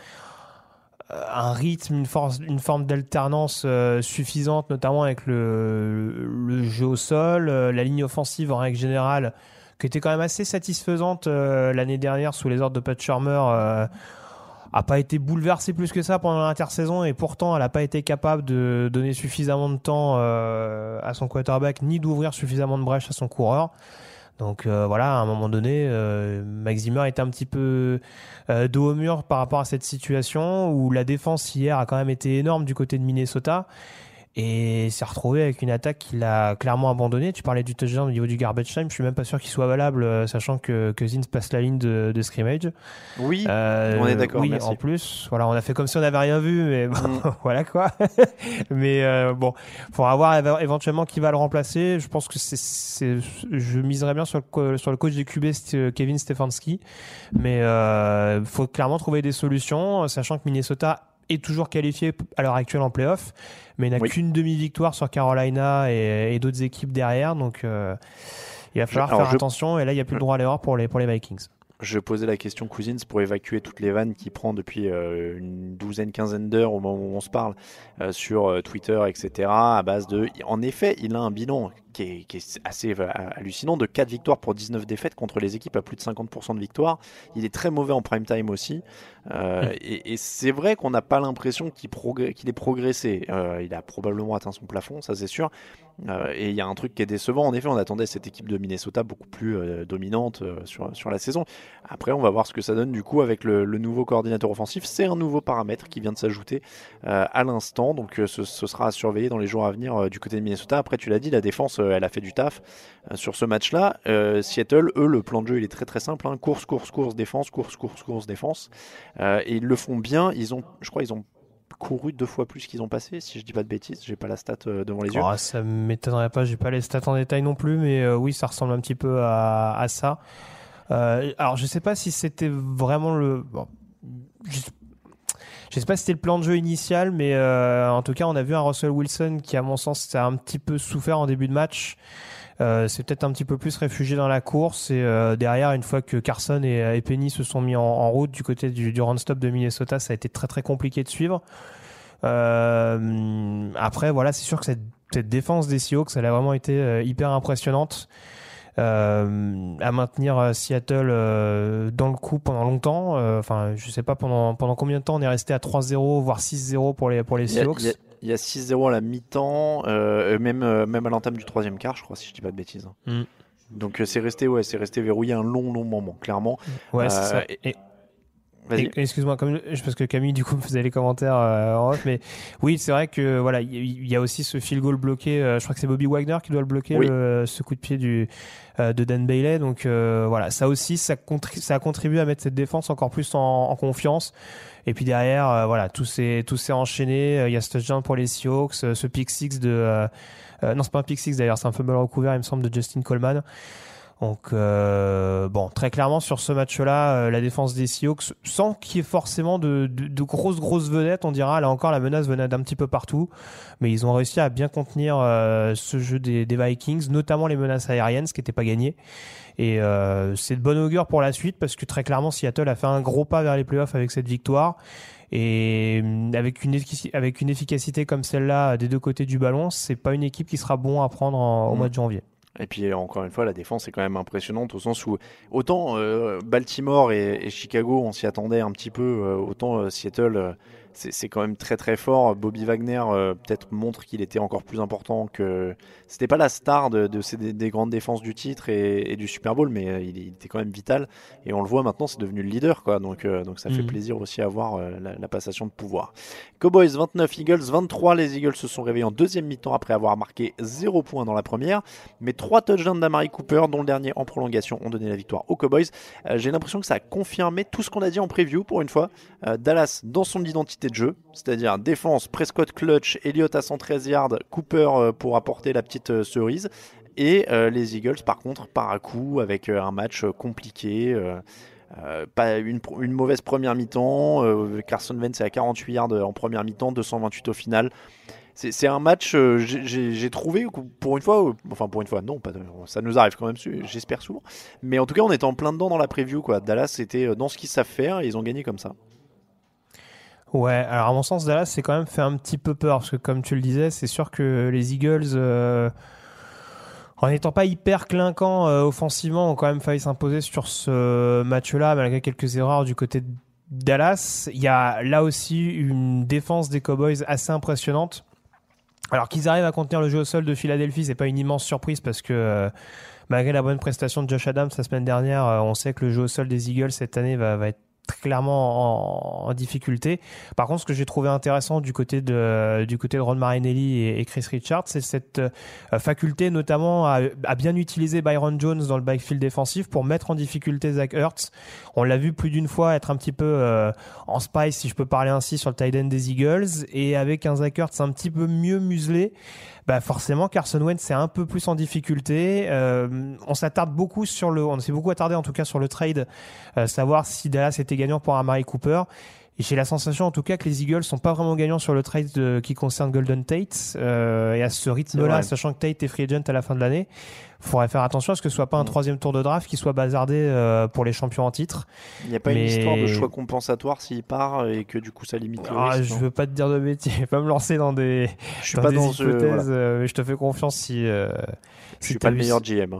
rythme, une forme d'alternance suffisante, notamment avec le jeu au sol, la ligne offensive en règle générale, qui était quand même assez satisfaisante l'année dernière sous les ordres de Pat Shurmur. A pas été bouleversée plus que ça pendant l'intersaison et pourtant elle n'a pas été capable de donner suffisamment de temps à son quarterback ni d'ouvrir suffisamment de brèches à son coureur. Donc voilà, à un moment donné, Mike Zimmer était un petit peu dos au mur par rapport à cette situation où la défense hier a quand même été énorme du côté de Minnesota et s'est retrouvé avec une attaque qu'il a clairement abandonnée. Tu parlais du touchdown au niveau du garbage time, je suis même pas sûr qu'il soit valable, sachant que Cousins passe la ligne de scrimmage. Oui, on est d'accord. Oui, merci. en plus, voilà, on a fait comme si on n'avait rien vu, mais bon, voilà quoi. Mais bon, faudra voir éventuellement qui va le remplacer. Je pense que je miserais bien sur le coach des QB, Kevin Stefanski, mais faut clairement trouver des solutions, sachant que Minnesota est toujours qualifié à l'heure actuelle en play-off, mais il n'a qu'une demi-victoire sur Carolina et d'autres équipes derrière, donc il va falloir faire attention, et là il n'y a plus de droit à l'erreur pour les Vikings. Je posais la question Cousins pour évacuer toutes les vannes qu'il prend depuis une quinzaine d'heures au moment où on se parle sur Twitter, etc. À base de... En effet, il a un bilan qui est assez hallucinant de 4 victoires pour 19 défaites contre les équipes à plus de 50% de victoires. Il est très mauvais en prime time aussi. Et c'est vrai qu'on n'a pas l'impression qu'il ait progressé. Il a probablement atteint son plafond, ça c'est sûr. Et il y a un truc qui est décevant. En effet, on attendait cette équipe de Minnesota beaucoup plus dominante sur la saison. Après, on va voir ce que ça donne du coup avec le nouveau coordinateur offensif. C'est un nouveau paramètre qui vient de s'ajouter à l'instant. Donc ce sera à surveiller dans les jours à venir du côté de Minnesota. Après, tu l'as dit, la défense, elle a fait du taf sur ce match-là. Seattle, eux, le plan de jeu, il est très très simple. Course, défense, course, défense. Et ils le font bien. Je crois qu'ils ont couru 2 fois plus qu'ils ont passé, si je dis pas de bêtises. J'ai pas la stat devant les yeux. Ça m'étonnerait pas, j'ai pas les stats en détail non plus, mais oui, ça ressemble un petit peu à ça. Alors je sais pas si c'était vraiment Je sais pas si c'était le plan de jeu initial, mais en tout cas, on a vu un Russell Wilson qui, à mon sens, a un petit peu souffert en début de match. C'est peut-être un petit peu plus réfugié dans la course et derrière, une fois que Carson et Penny se sont mis en route du côté du run-stop de Minnesota, ça a été très très compliqué de suivre. Après, voilà, c'est sûr que cette défense des Seahawks, elle a vraiment été hyper impressionnante. À maintenir Seattle dans le coup pendant longtemps. Enfin, je sais pas pendant combien de temps on est resté à 3-0 voire 6-0 pour les Seahawks. Il y a 6-0 à la mi-temps, même à l'entame du troisième quart, je crois, si je dis pas de bêtises. Donc c'est resté verrouillé un long moment, clairement. Ouais, c'est ça. Excuse-moi, parce que Camille du coup me faisait les commentaires en off, mais oui, c'est vrai que voilà, il y a aussi ce field goal bloqué. Je crois que c'est Bobby Wagner qui doit le bloquer, oui. Ce coup de pied de Dan Bailey. Donc voilà, ça aussi, ça a contribué à mettre cette défense encore plus en confiance. Et puis derrière, voilà, tout s'est enchaîné. Il y a ce touchdown pour les Seahawks, ce pick six non, c'est pas un pick six d'ailleurs, c'est un fumble recouvert, il me semble, de Justin Coleman. Donc bon, très clairement sur ce match-là, la défense des Seahawks, sans qu'il y ait forcément de grosses vedettes, on dira. Là encore, la menace venait d'un petit peu partout, mais ils ont réussi à bien contenir ce jeu des Vikings, notamment les menaces aériennes, ce qui n'était pas gagné. Et c'est de bon augure pour la suite, parce que très clairement, Seattle a fait un gros pas vers les playoffs avec cette victoire. Et avec une efficacité comme celle-là des deux côtés du ballon, c'est pas une équipe qui sera bon à prendre au mois de janvier. Et puis encore une fois, la défense est quand même impressionnante au sens où autant Baltimore et Chicago, on s'y attendait un petit peu, autant Seattle, c'est quand même très très fort. Bobby Wagner peut-être montre qu'il était encore plus important, que c'était pas la star des grandes défenses du titre et du Super Bowl, mais il était quand même vital. Et on le voit maintenant, c'est devenu le leader, quoi. Donc ça fait plaisir aussi à voir la passation de pouvoir. Cowboys 29, Eagles 23. Les Eagles se sont réveillés en deuxième mi-temps après avoir marqué 0 points dans la première, mais 3 touchdowns d'Amari Cooper, dont le dernier en prolongation, ont donné la victoire aux Cowboys. J'ai l'impression que ça a confirmé tout ce qu'on a dit en preview pour une fois. Dallas dans son identité de jeu, c'est-à-dire défense, Prescott clutch, Elliott à 113 yards, Cooper pour apporter la petite cerise, et les Eagles par contre par à coup avec un match compliqué. Pas une mauvaise première mi-temps. Carson Wentz est à 48 yards en première mi-temps, 228 au final. C'est un match, j'ai trouvé pour une fois, non, ça nous arrive quand même, j'espère souvent, mais en tout cas on était en plein dedans dans la preview, quoi. Dallas était dans ce qu'ils savent faire et ils ont gagné comme ça. Ouais, alors à mon sens, Dallas s'est quand même fait un petit peu peur, parce que comme tu le disais, c'est sûr que les Eagles, en n'étant pas hyper clinquants offensivement, ont quand même failli s'imposer sur ce match-là, malgré quelques erreurs du côté de Dallas. Il y a là aussi une défense des Cowboys assez impressionnante. Alors qu'ils arrivent à contenir le jeu au sol de Philadelphie, c'est pas une immense surprise, parce que malgré la bonne prestation de Josh Adams la semaine dernière, on sait que le jeu au sol des Eagles cette année va être très clairement en difficulté. Par contre, ce que j'ai trouvé intéressant du côté de Ron Marinelli et Chris Richards, c'est cette faculté notamment à bien utiliser Byron Jones dans le backfield défensif pour mettre en difficulté Zach Ertz. On l'a vu plus d'une fois être un petit peu en spice, si je peux parler ainsi, sur le tight end des Eagles, et avec un Zach Ertz un petit peu mieux muselé, bah forcément Carson Wentz c'est un peu plus en difficulté. On s'est beaucoup attardé en tout cas sur le trade, savoir si Dallas était gagnant pour Amari Cooper. Et j'ai la sensation en tout cas que les Eagles sont pas vraiment gagnants sur le trade qui concerne Golden Tate, et à ce rythme-là, sachant que Tate est free agent à la fin de l'année, il faudrait faire attention à ce que ce soit pas un troisième tour de draft qui soit bazardé pour les champions en titre. Il n'y a pas une histoire de choix compensatoire s'il part et que du coup ça limite le risque. Je veux pas te dire de bêtises, je vais pas me lancer dans des hypothèses, voilà. Je te fais confiance si je suis pas le meilleur GM.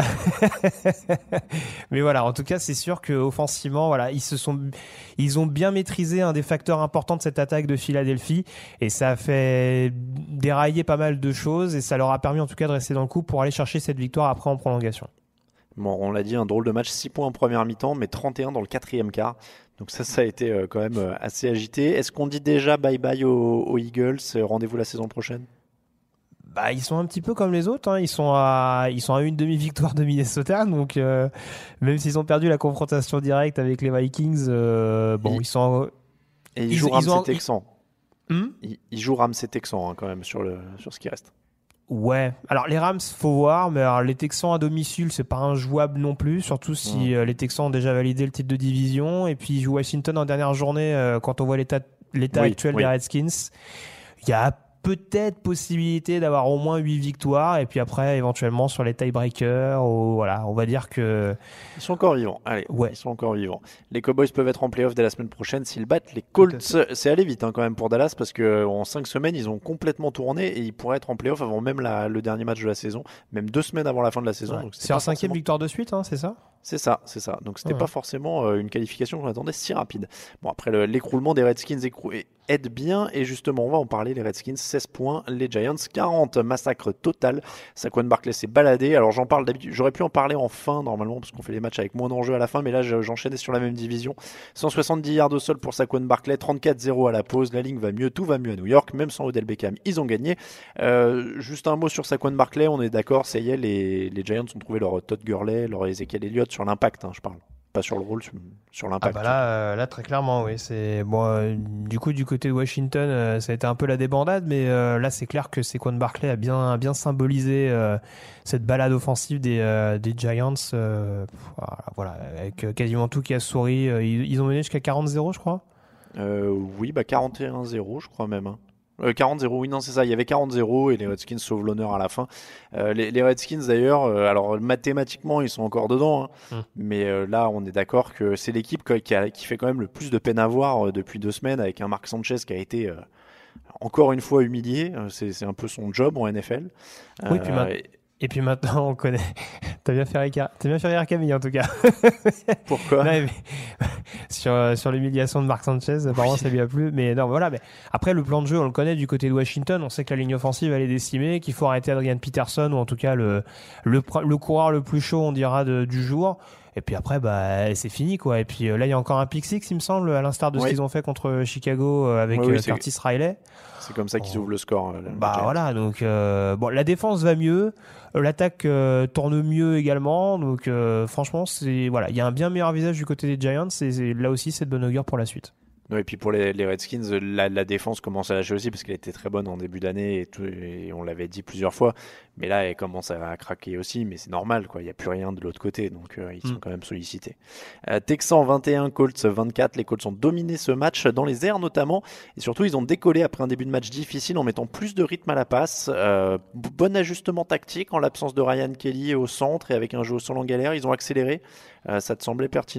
Mais voilà, en tout cas, c'est sûr que offensivement, voilà, ils ont bien maîtrisé un des facteurs importants de cette attaque de Philadelphie, et ça a fait dérailler pas mal de choses, et ça leur a permis en tout cas de rester dans le coup pour aller chercher cette victoire après en prolongation. Bon, on l'a dit, un drôle de match, 6 points en première mi-temps, mais 31 dans le quatrième quart. Donc ça a été quand même assez agité. Est-ce qu'on dit déjà bye-bye aux Eagles, rendez-vous la saison prochaine? Bah, ils sont un petit peu comme les autres, hein. Ils sont à une demi-victoire de Minnesota, donc même s'ils ont perdu la confrontation directe avec les Vikings, ils sont. Et ils jouent Rams et Texans. Ils jouent Rams et Texans quand même sur ce qui reste. Ouais. Alors les Rams, faut voir, mais alors, les Texans à domicile, c'est pas injouable non plus, surtout si les Texans ont déjà validé le titre de division, et puis ils jouent Washington en dernière journée. Quand on voit l'état l'état actuel des Redskins, il y a peut-être possibilité d'avoir au moins 8 victoires et puis après éventuellement sur les tiebreakers voilà, on va dire que ils sont encore vivants. Allez, ils sont encore vivants. Les Cowboys peuvent être en playoff dès la semaine prochaine s'ils battent les Colts. C'est allé vite quand même pour Dallas parce que en 5 semaines ils ont complètement tourné et ils pourraient être en playoff avant même le dernier match de la saison, même 2 semaines avant la fin de la saison. Donc c'est leur 5e victoire de suite, c'est ça ? C'est ça. Donc c'était pas forcément une qualification qu'on attendait si rapide. Bon, après l'écroulement des Redskins aide bien et justement on va en parler. Les Redskins 16 points, les Giants 40, massacre total. Saquon Barkley s'est baladé. Alors j'en parle d'habitude, j'aurais pu en parler en fin normalement parce qu'on fait les matchs avec moins d'enjeux à la fin, mais là j'enchaînais sur la même division. 170 yards au sol pour Saquon Barkley, 34-0 à la pause. La ligne va mieux, tout va mieux à New York, même sans Odell Beckham, ils ont gagné. Juste un mot sur Saquon Barkley, on est d'accord, ça y est, les Giants ont trouvé leur Todd Gurley, leur Ezekiel Elliott sur l'impact, je parle. Pas sur le rôle, sur l'impact. Là très clairement, oui. C'est bon. Du coup, du côté de Washington, ça a été un peu la débandade, mais là, c'est clair que Saquon Barkley a bien symbolisé cette balade offensive des Giants. Voilà, avec quasiment tout qui a souri. Ils ont mené jusqu'à 40-0, je crois. Oui, 41-0, je crois même. 40-0, oui, non, c'est ça. Il y avait 40-0 et les Redskins sauvent l'honneur à la fin. Les Redskins, d'ailleurs, alors mathématiquement, ils sont encore dedans. Mais là, on est d'accord que c'est l'équipe qui fait quand même le plus de peine à voir depuis 2 semaines avec un Mark Sanchez qui a été encore une fois humilié. C'est un peu son job en NFL. Oui, et puis maintenant, on connaît. T'as bien fait rire Camille, en tout cas. Pourquoi ? Non, sur l'humiliation de Mark Sanchez, apparemment, ça lui a plu. Mais non, voilà. Mais après, le plan de jeu, on le connaît du côté de Washington. On sait que la ligne offensive, elle est décimée, qu'il faut arrêter Adrian Peterson, ou en tout cas le coureur le plus chaud, on dira, du jour. Et puis après, c'est fini, quoi. Et puis là, il y a encore un pick six, il me semble, à l'instar de ce qu'ils ont fait contre Chicago avec Curtis Riley. C'est comme ça qu'ils ouvrent le score. Voilà. Donc, la défense va mieux. L'attaque tourne mieux également. Donc, franchement, il y a un bien meilleur visage du côté des Giants. Et là aussi, c'est de bonne augure pour la suite. Et puis pour les Redskins, la défense commence à lâcher aussi parce qu'elle était très bonne en début d'année et on l'avait dit plusieurs fois. Mais là, elle commence à craquer aussi, mais c'est normal, quoi. Il n'y a plus rien de l'autre côté, donc ils sont quand même sollicités. Texans 21, Colts 24. Les Colts ont dominé ce match dans les airs notamment. Et surtout, ils ont décollé après un début de match difficile en mettant plus de rythme à la passe. Bon ajustement tactique en l'absence de Ryan Kelly au centre et avec un jeu au sol en galère. Ils ont accéléré. Ça te semblait pertinent ?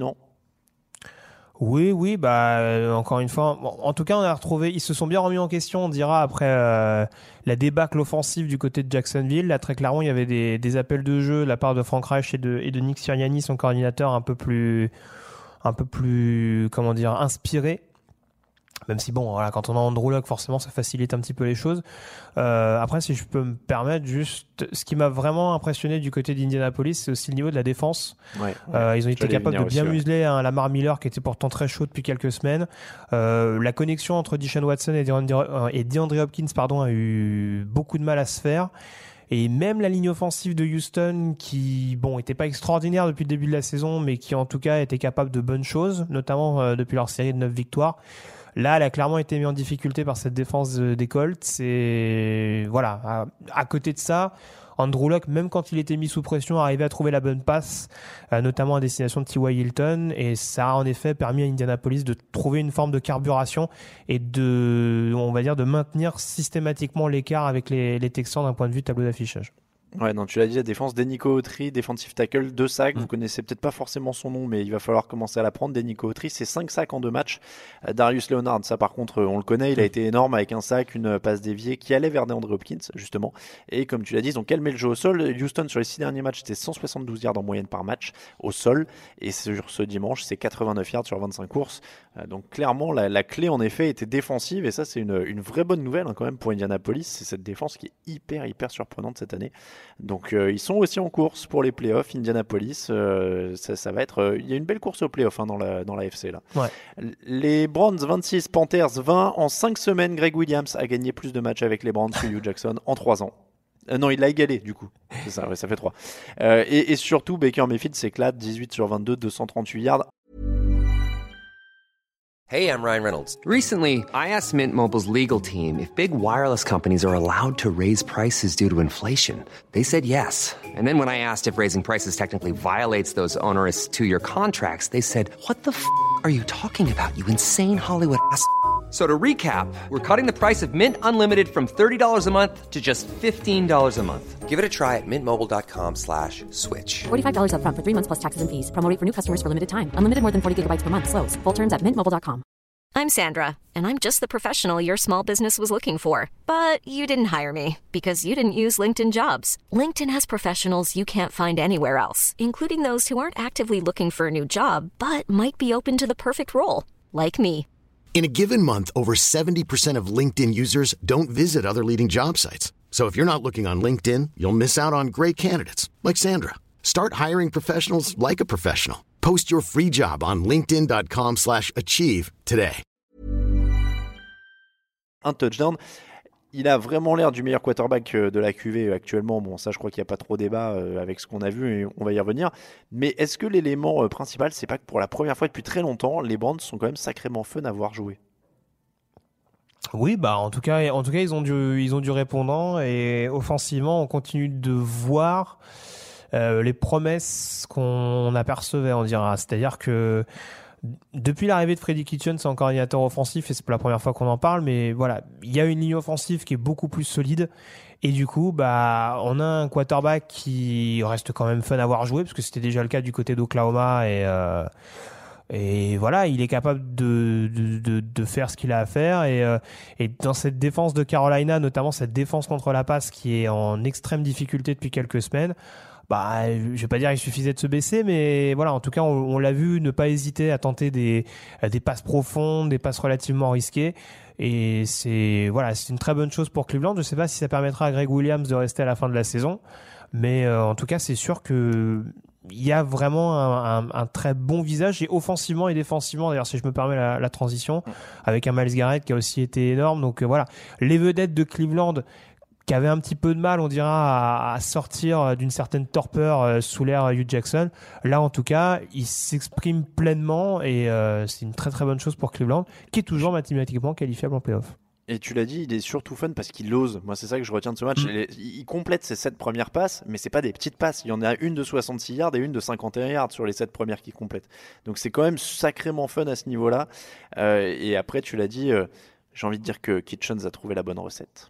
Oui, encore une fois, en tout cas, on a retrouvé, ils se sont bien remis en question, on dira, après la débâcle offensive du côté de Jacksonville. Là, très clairement, il y avait des appels de jeu de la part de Frank Reich et de Nick Sirianni, son coordinateur, un peu plus, comment dire, inspiré. Même si quand on a Andrew Luck, forcément, ça facilite un petit peu les choses. Après, si je peux me permettre, juste, ce qui m'a vraiment impressionné du côté d'Indianapolis, c'est aussi le niveau de la défense. Ils ont été capables de bien museler un Lamar Miller qui était pourtant très chaud depuis quelques semaines. La connexion entre Deshaun Watson et DeAndre Hopkins, a eu beaucoup de mal à se faire. Et même la ligne offensive de Houston, qui, était pas extraordinaire depuis le début de la saison, mais qui en tout cas était capable de bonnes choses, notamment depuis leur série de 9 victoires. Là, elle a clairement été mise en difficulté par cette défense des Colts. Et voilà, à côté de ça, Andrew Luck, même quand il était mis sous pression, arrivait à trouver la bonne passe, notamment à destination de T.Y. Hilton. Et ça a en effet permis à Indianapolis de trouver une forme de carburation et de maintenir systématiquement l'écart avec les Texans d'un point de vue tableau d'affichage. Ouais, non, tu l'as dit, la défense, Denico Autry, defensive tackle, 2 sacs. Vous connaissez peut-être pas forcément son nom, mais il va falloir commencer à l'apprendre. Denico Autry, c'est 5 sacs en 2 matchs. Darius Leonard, ça par contre, on le connaît, il a été énorme avec un sac, une passe déviée qui allait vers DeAndre Hopkins, justement. Et comme tu l'as dit, ils ont calmé le jeu au sol. Houston, sur les 6 derniers matchs, c'était 172 yards en moyenne par match au sol. Et sur ce dimanche, c'est 89 yards sur 25 courses. Donc clairement, la clé en effet était défensive. Et ça, c'est une vraie bonne nouvelle quand même pour Indianapolis. C'est cette défense qui est hyper surprenante cette année. Donc ils sont aussi en course pour les playoffs. Indianapolis, ça va être. Il y a une belle course aux playoffs dans la FC là. Ouais. Les Browns 26, Panthers 20 en 5 semaines. Greg Williams a gagné plus de matchs avec les Browns que Hugh Jackson en 3 ans. Non, il l'a égalé du coup. C'est ça, ouais, ça fait 3. Et surtout, Baker Mayfield s'éclate, 18 sur 22, 238 yards. Hey, I'm Ryan Reynolds. Recently, I asked Mint Mobile's legal team if big wireless companies are allowed to raise prices due to inflation. They said yes. And then when I asked if raising prices technically violates those onerous 2-year contracts, they said, "What the f*** are you talking about, you insane Hollywood ass f- So to recap, we're cutting the price of Mint Unlimited from $30 a month to just $15 a month. Give it a try at mintmobile.com/switch. $45 up front for 3 months plus taxes and fees. Promo rate for new customers for limited time. Unlimited more than 40 gigabytes per month. Slows full terms at mintmobile.com. I'm Sandra, and I'm just the professional your small business was looking for. But you didn't hire me because you didn't use LinkedIn Jobs. LinkedIn has professionals you can't find anywhere else, including those who aren't actively looking for a new job, but might be open to the perfect role, like me. In a given month, over 70% of LinkedIn users don't visit other leading job sites. So if you're not looking on LinkedIn, you'll miss out on great candidates like Sandra. Start hiring professionals like a professional. Post your free job on linkedin.com/achieve today. Un touchdown. Il a vraiment l'air du meilleur quarterback de la QV actuellement. Bon, ça, je crois qu'il n'y a pas trop débat avec ce qu'on a vu et on va y revenir. Mais est-ce que l'élément principal, c'est pas que pour la première fois depuis très longtemps, les Browns sont quand même sacrément fun à voir jouer? Oui, bah en tout cas, ils ont du répondant et offensivement, on continue de voir les promesses qu'on apercevait, on dira. C'est-à-dire que depuis l'arrivée de Freddie Kitchens en coordinateur offensif, et c'est pas la première fois qu'on en parle, mais voilà, il y a une ligne offensive qui est beaucoup plus solide, et du coup, bah, on a un quarterback qui reste quand même fun à voir jouer, parce que c'était déjà le cas du côté d'Oklahoma, et voilà, il est capable de faire ce qu'il a à faire, et dans cette défense de Carolina, notamment cette défense contre la passe qui est en extrême difficulté depuis quelques semaines, bah, je vais pas dire qu'il suffisait de se baisser, mais voilà, en tout cas, on l'a vu ne pas hésiter à tenter des passes profondes, des passes relativement risquées. Et c'est une très bonne chose pour Cleveland. Je sais pas si ça permettra à Greg Williams de rester à la fin de la saison, mais en tout cas, c'est sûr que il y a vraiment un très bon visage, et offensivement et défensivement, d'ailleurs, si je me permets la transition, avec un Myles Garrett qui a aussi été énorme. Donc voilà, les vedettes de Cleveland qui avait un petit peu de mal, on dira, à sortir d'une certaine torpeur sous l'ère Hugh Jackson. Là, en tout cas, il s'exprime pleinement, et c'est une très très bonne chose pour Cleveland, qui est toujours mathématiquement qualifiable en play-off. Et tu l'as dit, il est surtout fun parce qu'il ose. Moi, c'est ça que je retiens de ce match. Il complète ses 7 premières passes, mais c'est pas des petites passes. Il y en a une de 66 yards et une de 51 yards sur les 7 premières qu'il complète. Donc c'est quand même sacrément fun à ce niveau-là. Et après, tu l'as dit, j'ai envie de dire que Kitchens a trouvé la bonne recette.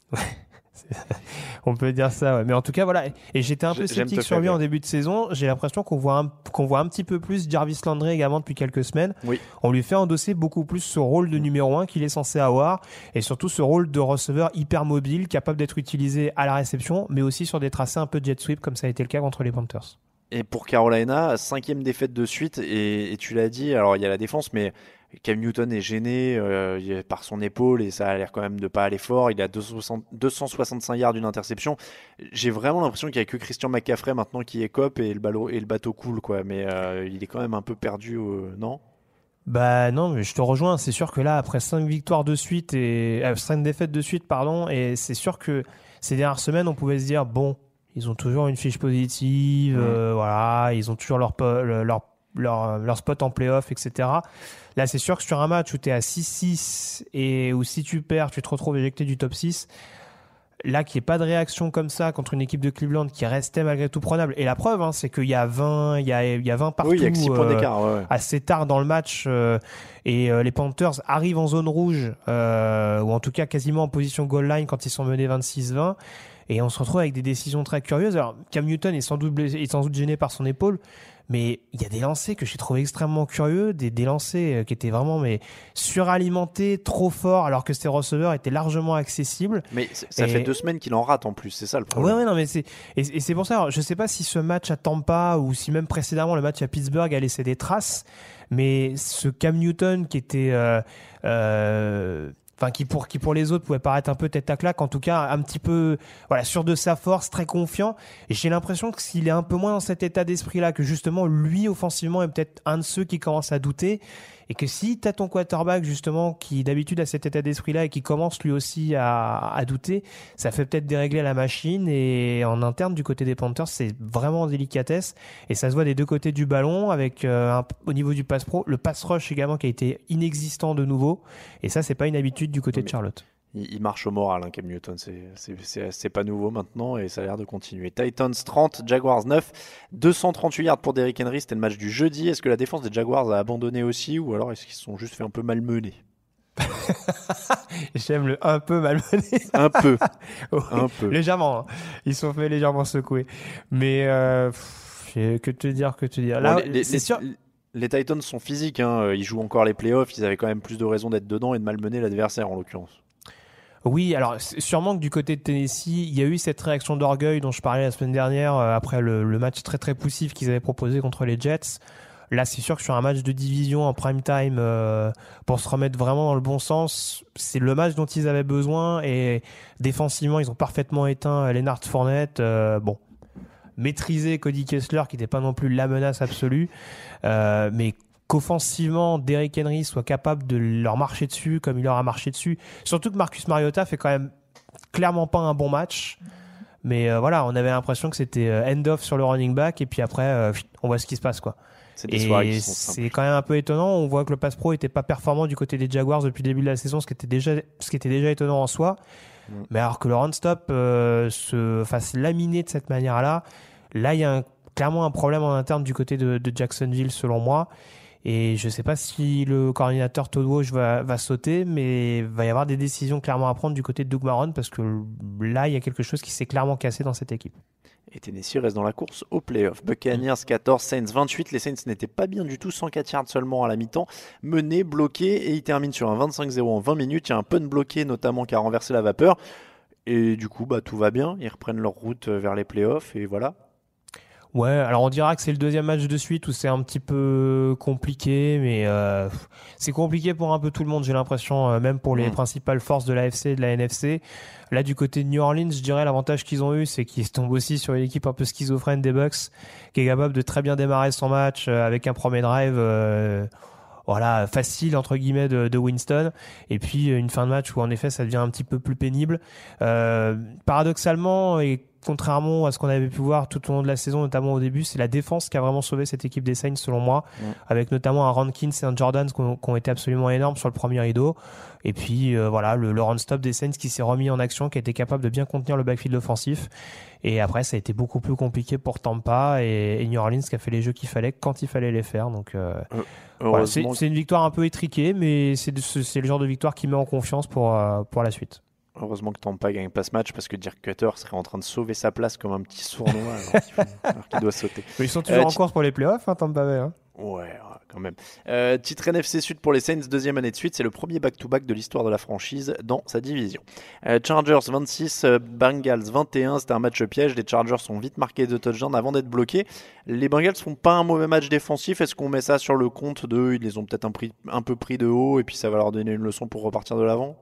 On peut dire ça, ouais. Mais en tout cas, voilà. Et j'étais un peu sceptique sur lui en début de saison. J'ai l'impression qu'on voit un petit peu plus Jarvis Landry également depuis quelques semaines. Oui. On lui fait endosser beaucoup plus ce rôle de numéro 1 qu'il est censé avoir, et surtout ce rôle de receveur hyper mobile, capable d'être utilisé à la réception, mais aussi sur des tracés un peu jet sweep, comme ça a été le cas contre les Panthers. Et pour Carolina, 5e défaite de suite, et tu l'as dit, alors il y a la défense, mais Cam Newton est gêné par son épaule, et ça a l'air quand même de pas aller fort. Il a 265 yards d'une interception. J'ai vraiment l'impression qu'il n'y a que Christian McCaffrey maintenant qui écope, et le bateau coule, quoi. Mais il est quand même un peu perdu, non? Bah non, mais je te rejoins. C'est sûr que là, après 5 victoires de suite et 5 défaites de suite, pardon, et c'est sûr que ces dernières semaines, on pouvait se dire bon, ils ont toujours une fiche positive, voilà, ils ont toujours leur spot en playoff, etc. Là, c'est sûr que sur un match où tu es à 6-6 et où si tu perds, tu te retrouves éjecté du top 6, là, qu'il n'y ait pas de réaction comme ça contre une équipe de Cleveland qui restait malgré tout prenable. Et la preuve, hein, c'est qu'il y a 20 partout, il y a 6 points d'écart, assez tard dans le match, et les Panthers arrivent en zone rouge, ou en tout cas quasiment en position goal line quand ils sont menés 26-20. Et on se retrouve avec des décisions très curieuses. Alors, Cam Newton est sans doute gêné par son épaule, mais il y a des lancers que j'ai trouvé extrêmement curieux, des lancers qui étaient vraiment suralimentés, trop forts, alors que ces receveurs étaient largement accessibles. Mais ça fait 2 semaines qu'il en rate en plus, c'est ça le problème. Ouais, non, mais c'est pour ça. Alors, je sais pas si ce match à Tampa, ou si même précédemment le match à Pittsburgh a laissé des traces, mais ce Cam Newton qui était qui pour les autres pouvait paraître un peu tête à claque, en tout cas un petit peu sûr de sa force, très confiant. Et j'ai l'impression que s'il est un peu moins dans cet état d'esprit-là, que justement lui offensivement est peut-être un de ceux qui commence à douter, et que si t'as ton quarterback justement qui d'habitude a cet état d'esprit-là et qui commence lui aussi à douter, ça fait peut-être dérégler la machine. Et en interne du côté des Panthers, c'est vraiment en délicatesse, et ça se voit des deux côtés du ballon, avec au niveau du pass pro, le pass rush également qui a été inexistant de nouveau, et ça c'est pas une habitude du côté de Charlotte. Il marche au moral, Cam Newton, c'est pas nouveau maintenant, et ça a l'air de continuer. Titans 30, Jaguars 9, 238 yards pour Derrick Henry, c'était le match du jeudi. Est-ce que la défense des Jaguars a abandonné aussi, ou alors est-ce qu'ils se sont juste fait un peu malmener? J'aime le un peu malmené. Un peu. Oui, un peu. Légèrement. Ils sont fait légèrement secouer. Mais que te dire. Là, bon, c'est sûr. Les Titans sont physiques. Hein. Ils jouent encore les playoffs. Ils avaient quand même plus de raisons d'être dedans et de malmener l'adversaire en l'occurrence. Oui, alors sûrement que du côté de Tennessee, il y a eu cette réaction d'orgueil dont je parlais la semaine dernière après le match très très poussif qu'ils avaient proposé contre les Jets. Là, c'est sûr que sur un match de division en prime time, pour se remettre vraiment dans le bon sens, c'est le match dont ils avaient besoin. Et défensivement, ils ont parfaitement éteint Leonard Fournette. Maîtriser Cody Kessler, qui n'était pas non plus la menace absolue, mais qu'offensivement, Derrick Henry soit capable de leur marcher dessus comme il leur a marché dessus. Surtout que Marcus Mariota fait quand même clairement pas un bon match. Mais voilà, on avait l'impression que c'était end-off sur le running back et puis après, on voit ce qui se passe, quoi. Et c'est quand même un peu étonnant. On voit que le pass pro était pas performant du côté des Jaguars depuis le début de la saison, ce qui était déjà étonnant en soi. Mais alors que le run-stop se fasse laminer de cette manière-là, là, il y a clairement un problème en interne du côté de Jacksonville, selon moi. Et je sais pas si le coordinateur Todd Walsh va sauter, mais il va y avoir des décisions clairement à prendre du côté de Doug Marrone parce que là, il y a quelque chose qui s'est clairement cassé dans cette équipe. Et Tennessee reste dans la course au playoff. Buccaneers 14, Saints 28. Les Saints n'étaient pas bien du tout, 104 yards seulement à la mi-temps. Menés, bloqués, et ils terminent sur un 25-0 en 20 minutes. Il y a un punt bloqué notamment qui a renversé la vapeur. Et du coup, tout va bien. Ils reprennent leur route vers les playoffs et voilà. Ouais, alors on dira que c'est le deuxième match de suite où c'est un petit peu compliqué, mais c'est compliqué pour un peu tout le monde, j'ai l'impression, même pour les principales forces de l'AFC et de la NFC. Là, du côté de New Orleans, je dirais l'avantage qu'ils ont eu, c'est qu'ils tombent aussi sur une équipe un peu schizophrène des Bucks, qui est capable de très bien démarrer son match avec un premier drive facile entre guillemets de Winston, et puis une fin de match où en effet ça devient un petit peu plus pénible. Paradoxalement, et contrairement à ce qu'on avait pu voir tout au long de la saison, notamment au début, c'est la défense qui a vraiment sauvé cette équipe des Saints selon moi, avec notamment un Rankins et un Jordan qui ont été absolument énormes sur le premier rideau, et puis le run-stop des Saints qui s'est remis en action, qui a été capable de bien contenir le backfield offensif. Et après ça a été beaucoup plus compliqué pour Tampa et New Orleans qui a fait les jeux qu'il fallait quand il fallait les faire. Donc c'est une victoire un peu étriquée, mais c'est le genre de victoire qui met en confiance pour la suite. Heureusement que Tampa gagne pas ce match parce que Dirk Cutter serait en train de sauver sa place comme un petit sournois alors qu'il doit sauter. Mais ils sont toujours en course pour les playoffs, Tampa Bay. Ouais, quand même. Titre NFC Sud pour les Saints, deuxième année de suite. C'est le premier back-to-back de l'histoire de la franchise dans sa division. Chargers 26, Bengals 21. C'était un match piège. Les Chargers sont vite marqués de touchdown avant d'être bloqués. Les Bengals font pas un mauvais match défensif. Est-ce qu'on met ça sur le compte d'eux? Ils les ont peut-être un peu pris de haut et puis ça va leur donner une leçon pour repartir de l'avant?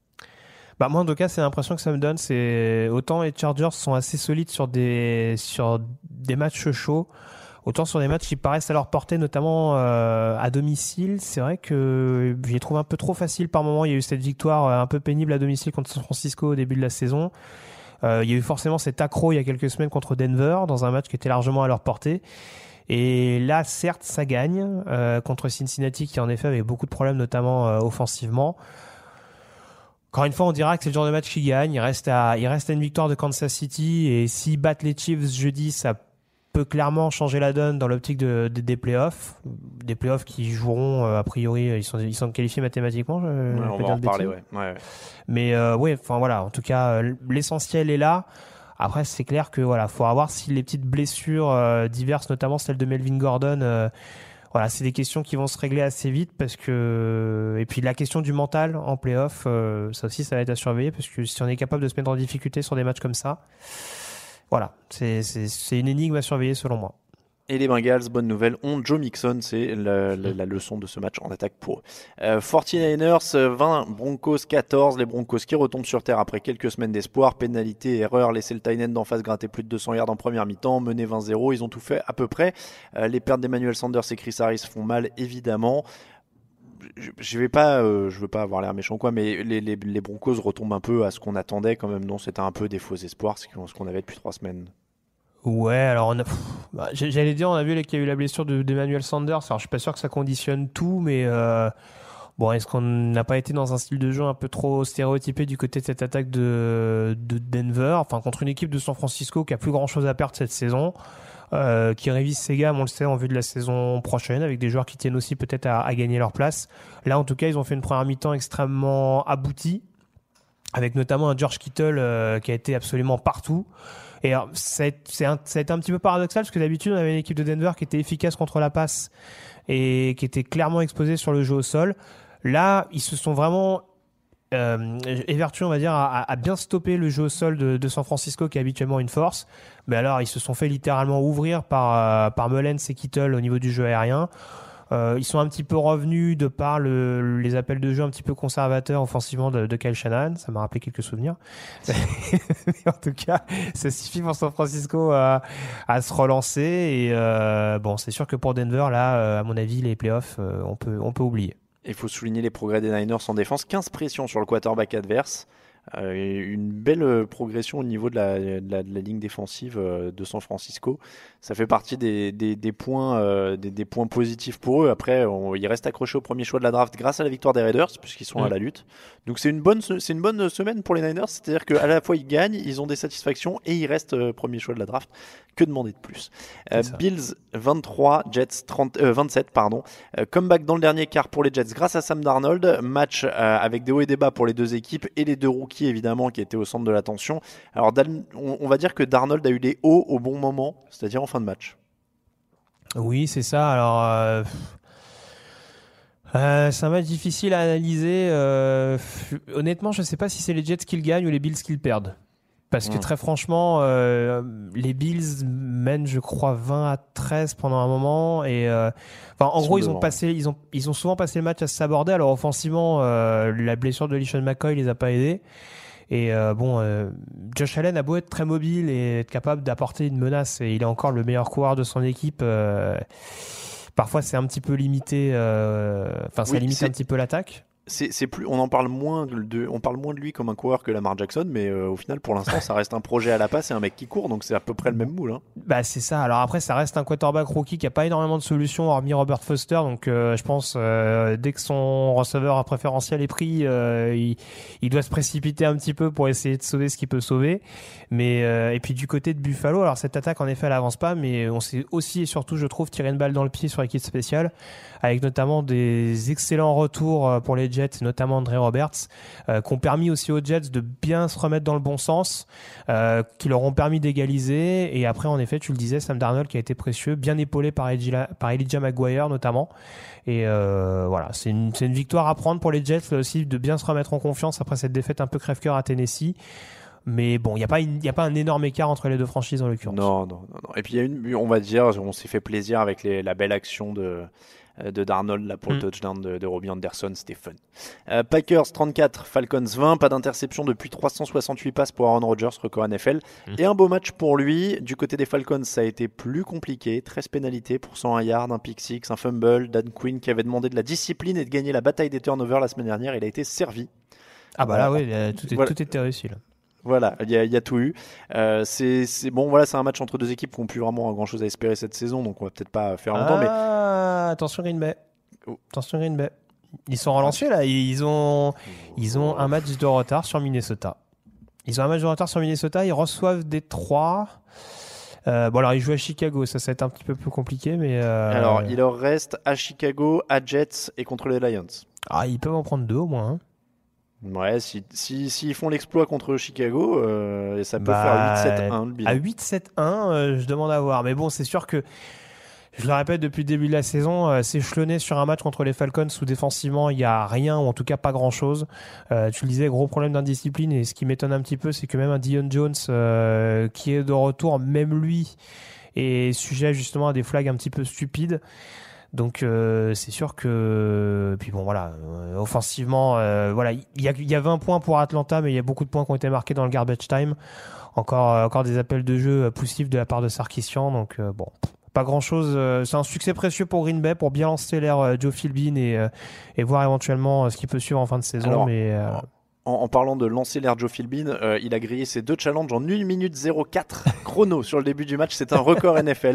Moi, en tout cas, c'est l'impression que ça me donne. C'est autant les Chargers sont assez solides sur des matchs chauds, autant sur des matchs qui paraissent à leur portée, notamment à domicile. C'est vrai que je les trouve un peu trop faciles par moment. Il y a eu cette victoire un peu pénible à domicile contre San Francisco au début de la saison. Il y a eu forcément cet accro il y a quelques semaines contre Denver dans un match qui était largement à leur portée. Et là, certes, ça gagne contre Cincinnati qui en effet avait beaucoup de problèmes, notamment offensivement. Encore une fois, on dira que c'est le genre de match qui gagne. Il reste à une victoire de Kansas City, et s'ils battent les Chiefs jeudi, ça peut clairement changer la donne dans l'optique des playoffs. Des playoffs qui joueront, a priori, ils sont qualifiés mathématiquement. On va en parler, ouais. Mais en tout cas, l'essentiel est là. Après, c'est clair que faut voir si les petites blessures diverses, notamment celle de Melvin Gordon, c'est des questions qui vont se régler assez vite et puis la question du mental en play-off, ça aussi, ça va être à surveiller parce que si on est capable de se mettre en difficulté sur des matchs comme ça, c'est une énigme à surveiller selon moi. Et les Bengals, bonne nouvelle, ont Joe Mixon, c'est la leçon de ce match en attaque pour eux. 49ers 20, Broncos 14, les Broncos qui retombent sur terre après quelques semaines d'espoir, pénalité, erreur, laisser le tight end d'en face gratter plus de 200 yards en première mi-temps, mener 20-0, ils ont tout fait à peu près. Les pertes d'Emmanuel Sanders et Chris Harris font mal évidemment. Je veux pas avoir l'air méchant quoi, mais les Broncos retombent un peu à ce qu'on attendait quand même, non? C'était un peu des faux espoirs, ce qu'on avait depuis 3 semaines. Ouais, alors j'allais dire, on a vu qu'il y a eu la blessure d'Emmanuel Sanders. Alors je suis pas sûr que ça conditionne tout, mais est-ce qu'on n'a pas été dans un style de jeu un peu trop stéréotypé du côté de cette attaque de Denver, contre une équipe de San Francisco qui a plus grand chose à perdre cette saison. qui révise ses gammes, on le sait, en vue de la saison prochaine, avec des joueurs qui tiennent aussi peut-être à gagner leur place. Là, en tout cas, ils ont fait une première mi-temps extrêmement aboutie, avec notamment un George Kittle qui a été absolument partout. Et alors, ça a été un petit peu paradoxal, parce que d'habitude, on avait une équipe de Denver qui était efficace contre la passe et qui était clairement exposée sur le jeu au sol. Là, ils se sont vraiment évertués, on va dire, à bien stopper le jeu au sol de San Francisco, qui est habituellement une force. Mais alors, ils se sont fait littéralement ouvrir par Mullens et Kittle au niveau du jeu aérien. Ils sont un petit peu revenus de par les appels de jeu un petit peu conservateurs offensivement de Kyle Shanahan. Ça m'a rappelé quelques souvenirs. Mais en tout cas, ça suffit pour San Francisco à se relancer. Et bon, c'est sûr que pour Denver, là, à mon avis, les playoffs, on peut oublier. Il faut souligner les progrès des Niners en défense. 15 pressions sur le quarterback adverse. Une belle progression au niveau de la ligne défensive de San Francisco. Ça fait partie des points positifs pour eux. Après, ils restent accrochés au premier choix de la draft grâce à la victoire des Raiders, puisqu'ils sont à la lutte. Donc c'est une bonne semaine pour les Niners. C'est-à-dire qu'à la fois ils gagnent, ils ont des satisfactions et ils restent premier choix de la draft. Que demander de plus? Bills 23, Jets 27. Comeback dans le dernier quart pour les Jets grâce à Sam Darnold. Match avec des hauts et des bas pour les deux équipes et les deux rookies évidemment qui étaient au centre de l'attention. Alors on va dire que Darnold a eu les hauts au bon moment, c'est-à-dire en fin de match. Oui, c'est ça. Alors c'est un match difficile à analyser. Honnêtement, je ne sais pas si c'est les Jets qui le gagnent ou les Bills qui le perdent. Parce que très franchement, les Bills mènent, je crois, 20-13 pendant un moment. Et en gros, ils ont souvent passé le match à se saborder. Alors offensivement, la blessure de LeSean McCoy les a pas aidés. Et Josh Allen a beau être très mobile et être capable d'apporter une menace, et il est encore le meilleur coureur de son équipe. Parfois, c'est un petit peu limité. Ça limite un petit peu l'attaque. C'est plus, on parle moins de lui comme un coureur que Lamar Jackson, mais au final, pour l'instant, ça reste un projet à la passe et un mec qui court, donc c'est à peu près le même moule. Hein. Bah c'est ça. Alors après, ça reste un quarterback rookie qui a pas énormément de solutions, hormis Robert Foster. Donc je pense dès que son receveur préférentiel est pris, il doit se précipiter un petit peu pour essayer de sauver ce qu'il peut sauver. Mais et puis du côté de Buffalo, alors cette attaque en effet elle avance pas, mais on s'est aussi et surtout, je trouve, tiré une balle dans le pied sur l'équipe spéciale, avec notamment des excellents retours pour les Jets, notamment Andre Roberts, qui ont permis aussi aux Jets de bien se remettre dans le bon sens, qui leur ont permis d'égaliser. Et après, en effet, tu le disais, Sam Darnold qui a été précieux, bien épaulé par Elijah Maguire notamment. Et voilà, c'est une victoire à prendre pour les Jets là aussi, de bien se remettre en confiance après cette défaite un peu crève-cœur à Tennessee. Mais bon, il n'y a pas un énorme écart entre les deux franchises en l'occurrence. Non. Et puis on va dire, on s'est fait plaisir avec la belle action de Darnold là, pour le touchdown de Robbie Anderson, c'était fun. Packers 34, Falcons 20, pas d'interception depuis 368 passes pour Aaron Rodgers, record NFL. Et un beau match pour lui. Du côté des Falcons, ça a été plus compliqué, 13 pénalités pour 101 yards, un pick six, un fumble. Dan Quinn qui avait demandé de la discipline et de gagner la bataille des turnovers la semaine dernière, il a été servi. Ah bah là oui, tout était réussi là. Voilà, il y a tout eu. C'est bon, voilà, c'est un match entre deux équipes qui n'ont plus vraiment grand chose à espérer cette saison, donc on va peut-être pas faire longtemps. Mais attention Green Bay. Attention Green Bay. Ils sont relancés là. Ils ont un match de retard sur Minnesota. Ils reçoivent Détroit. Bon alors ils jouent à Chicago, ça va être un petit peu plus compliqué, mais alors il leur reste à Chicago, à Jets et contre les Lions. Ah, ils peuvent en prendre 2 au moins. Hein. Ouais, s'ils font l'exploit contre Chicago, ça peut faire 8-7-1 le bilan. À 8-7-1, je demande à voir. Mais bon, c'est sûr que, je le répète depuis le début de la saison, s'échelonner sur un match contre les Falcons où défensivement il n'y a rien, ou en tout cas pas grand chose. Tu le disais, gros problème d'indiscipline, et ce qui m'étonne un petit peu, c'est que même un Dion Jones qui est de retour, même lui est sujet justement à des flags un petit peu stupides. Donc c'est sûr que, puis bon voilà, offensivement, voilà, il y a 20 points pour Atlanta, mais il y a beaucoup de points qui ont été marqués dans le garbage time. Encore des appels de jeu poussifs de la part de Sarkisian, donc bon, pas grand chose. C'est un succès précieux pour Green Bay pour bien lancer l'ère Joe Philbin et voir éventuellement ce qui peut suivre en fin de saison. Alors, mais en parlant de lancer l'ère Joe Philbin, il a grillé ses 2 challenges en 1 minute 04 chrono sur le début du match. C'est un record NFL.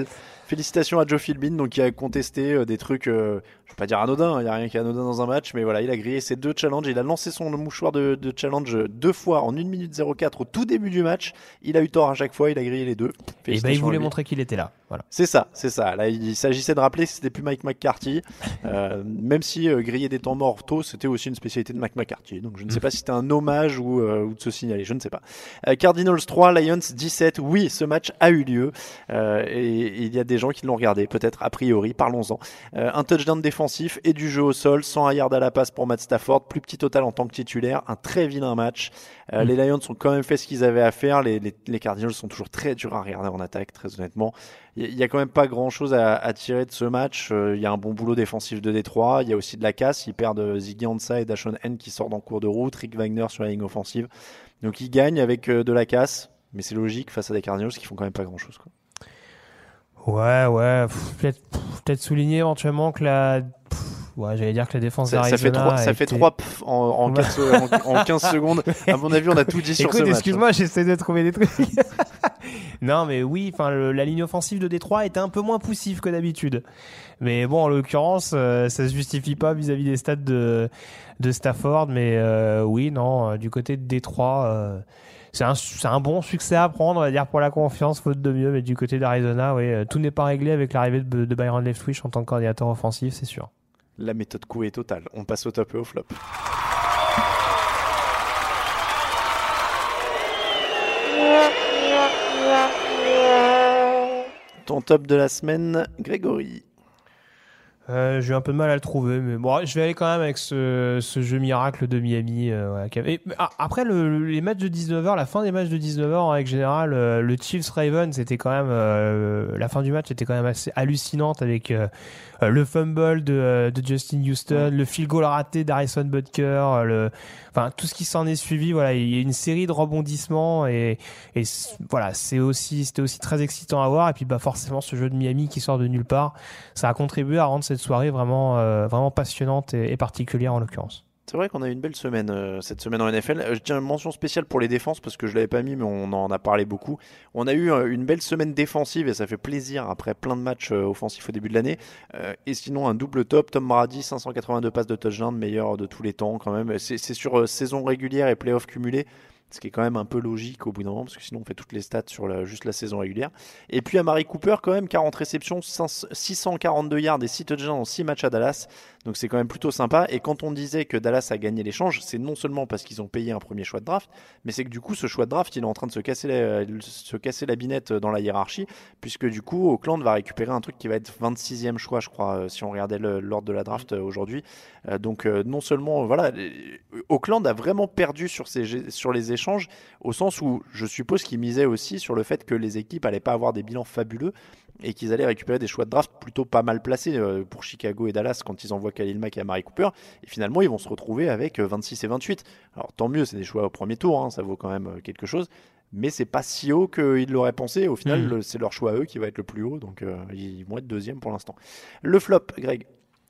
Félicitations à Joe Philbin, donc qui a contesté des trucs, je vais pas dire anodins, il n'y a rien qui est anodin dans un match, mais voilà, il a grillé ses 2 challenges, il a lancé son mouchoir de challenge 2 fois en 1 minute 04 au tout début du match, il a eu tort à chaque fois, il a grillé les 2. Et il voulait montrer qu'il était là. Voilà. C'est ça. Là, il s'agissait de rappeler que c'était plus Mike McCarthy, même si griller des temps morts tôt, c'était aussi une spécialité de Mike McCarthy, donc je ne sais pas si c'était un hommage ou de se signaler, je ne sais pas. Cardinals 3, Lions 17, oui, ce match a eu lieu, et il y a des gens qui l'ont regardé, peut-être a priori, parlons-en. Un touchdown défensif et du jeu au sol, 101 yards à la passe pour Matt Stafford, plus petit total en tant que titulaire, un très vilain match. Les Lions ont quand même fait ce qu'ils avaient à faire, les Cardinals sont toujours très durs à regarder en attaque, très honnêtement. Il y a quand même pas grand-chose à tirer de ce match. Il y a un bon boulot défensif de Détroit, il y a aussi de la casse, ils perdent Ziggy Ansah et Dashon Henn qui sortent en cours de route, Rick Wagner sur la ligne offensive. Donc ils gagnent avec de la casse, mais c'est logique face à des Cardinals qui font quand même pas grand-chose, quoi. Ouais, peut-être souligner éventuellement que j'allais dire que la défense d'Arizona ça fait 3 en 15 secondes. À mon avis, on a tout dit sur ce match. Excuse-moi, j'essaie de trouver des trucs. Non, mais oui, la ligne offensive de Détroit était un peu moins poussive que d'habitude. Mais bon, en l'occurrence, ça se justifie pas vis-à-vis des stats de Stafford. Mais du côté de Détroit, c'est un bon succès à prendre, on va dire, pour la confiance, faute de mieux. Mais du côté d'Arizona, tout n'est pas réglé avec l'arrivée de Byron Leftwich en tant que coordinateur offensif, c'est sûr. La méthode coup est totale. On passe au top et au flop. Ton top de la semaine, Grégory. J'ai eu un peu de mal à le trouver, mais bon, je vais aller quand même avec ce jeu miracle de Miami. Après, les matchs de 19h, la fin des matchs de 19h, en règle générale, le Chiefs-Ravens, c'était quand même, la fin du match était quand même assez hallucinante avec le fumble de Justin Houston, le field goal raté d'Harrison Butker, tout ce qui s'en est suivi. Voilà, il y a une série de rebondissements et voilà, c'était aussi très excitant à voir. Et puis, forcément, ce jeu de Miami qui sort de nulle part, ça a contribué à rendre cette soirée vraiment passionnante et particulière en l'occurrence. C'est vrai qu'on a eu une belle semaine cette semaine en NFL. Je tiens une mention spéciale pour les défenses parce que je ne l'avais pas mis, mais on en a parlé beaucoup. On a eu une belle semaine défensive et ça fait plaisir après plein de matchs offensifs au début de l'année. Et sinon, un double top. Tom Brady, 582 passes de touchdown, meilleur de tous les temps quand même. C'est sur saison régulière et playoff cumulés. Ce qui est quand même un peu logique au bout d'un moment, parce que sinon on fait toutes les stats sur juste la saison régulière. Et puis Amari Cooper, quand même, 40 réceptions, 642 yards et 6 touchdowns en 6 matchs à Dallas. Donc c'est quand même plutôt sympa. Et quand on disait que Dallas a gagné l'échange, c'est non seulement parce qu'ils ont payé un premier choix de draft, mais c'est que du coup ce choix de draft, il est en train de se casser la binette dans la hiérarchie, puisque du coup Oakland va récupérer un truc qui va être 26e choix, je crois, si on regardait l'ordre de la draft aujourd'hui. Donc non seulement, Oakland a vraiment perdu sur les échanges, au sens où je suppose qu'ils misaient aussi sur le fait que les équipes n'allaient pas avoir des bilans fabuleux et qu'ils allaient récupérer des choix de draft plutôt pas mal placés pour Chicago et Dallas quand ils envoient Khalil Mack et Amari Cooper. Et finalement, ils vont se retrouver avec 26 et 28. Alors tant mieux, c'est des choix au premier tour, ça vaut quand même quelque chose. Mais c'est pas si haut qu'ils l'auraient pensé. Au final, c'est leur choix à eux qui va être le plus haut. Donc ils vont être deuxième pour l'instant. Le flop, Greg.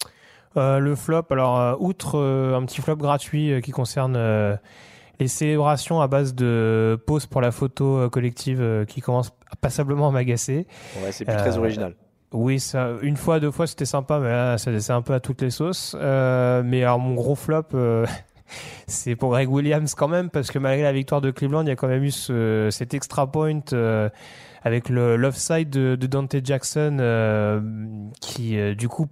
Le flop, alors outre un petit flop gratuit qui concerne les célébrations à base de pause pour la photo collective qui commencent passablement à m'agacer. Ouais, c'est plus très original. Oui, ça, une fois, 2 fois, c'était sympa, mais là, c'est un peu à toutes les sauces. Mais alors, mon gros flop, c'est pour Greg Williams quand même, parce que malgré la victoire de Cleveland, il y a quand même eu cet extra point avec l'offside de Dante Jackson qui, du coup,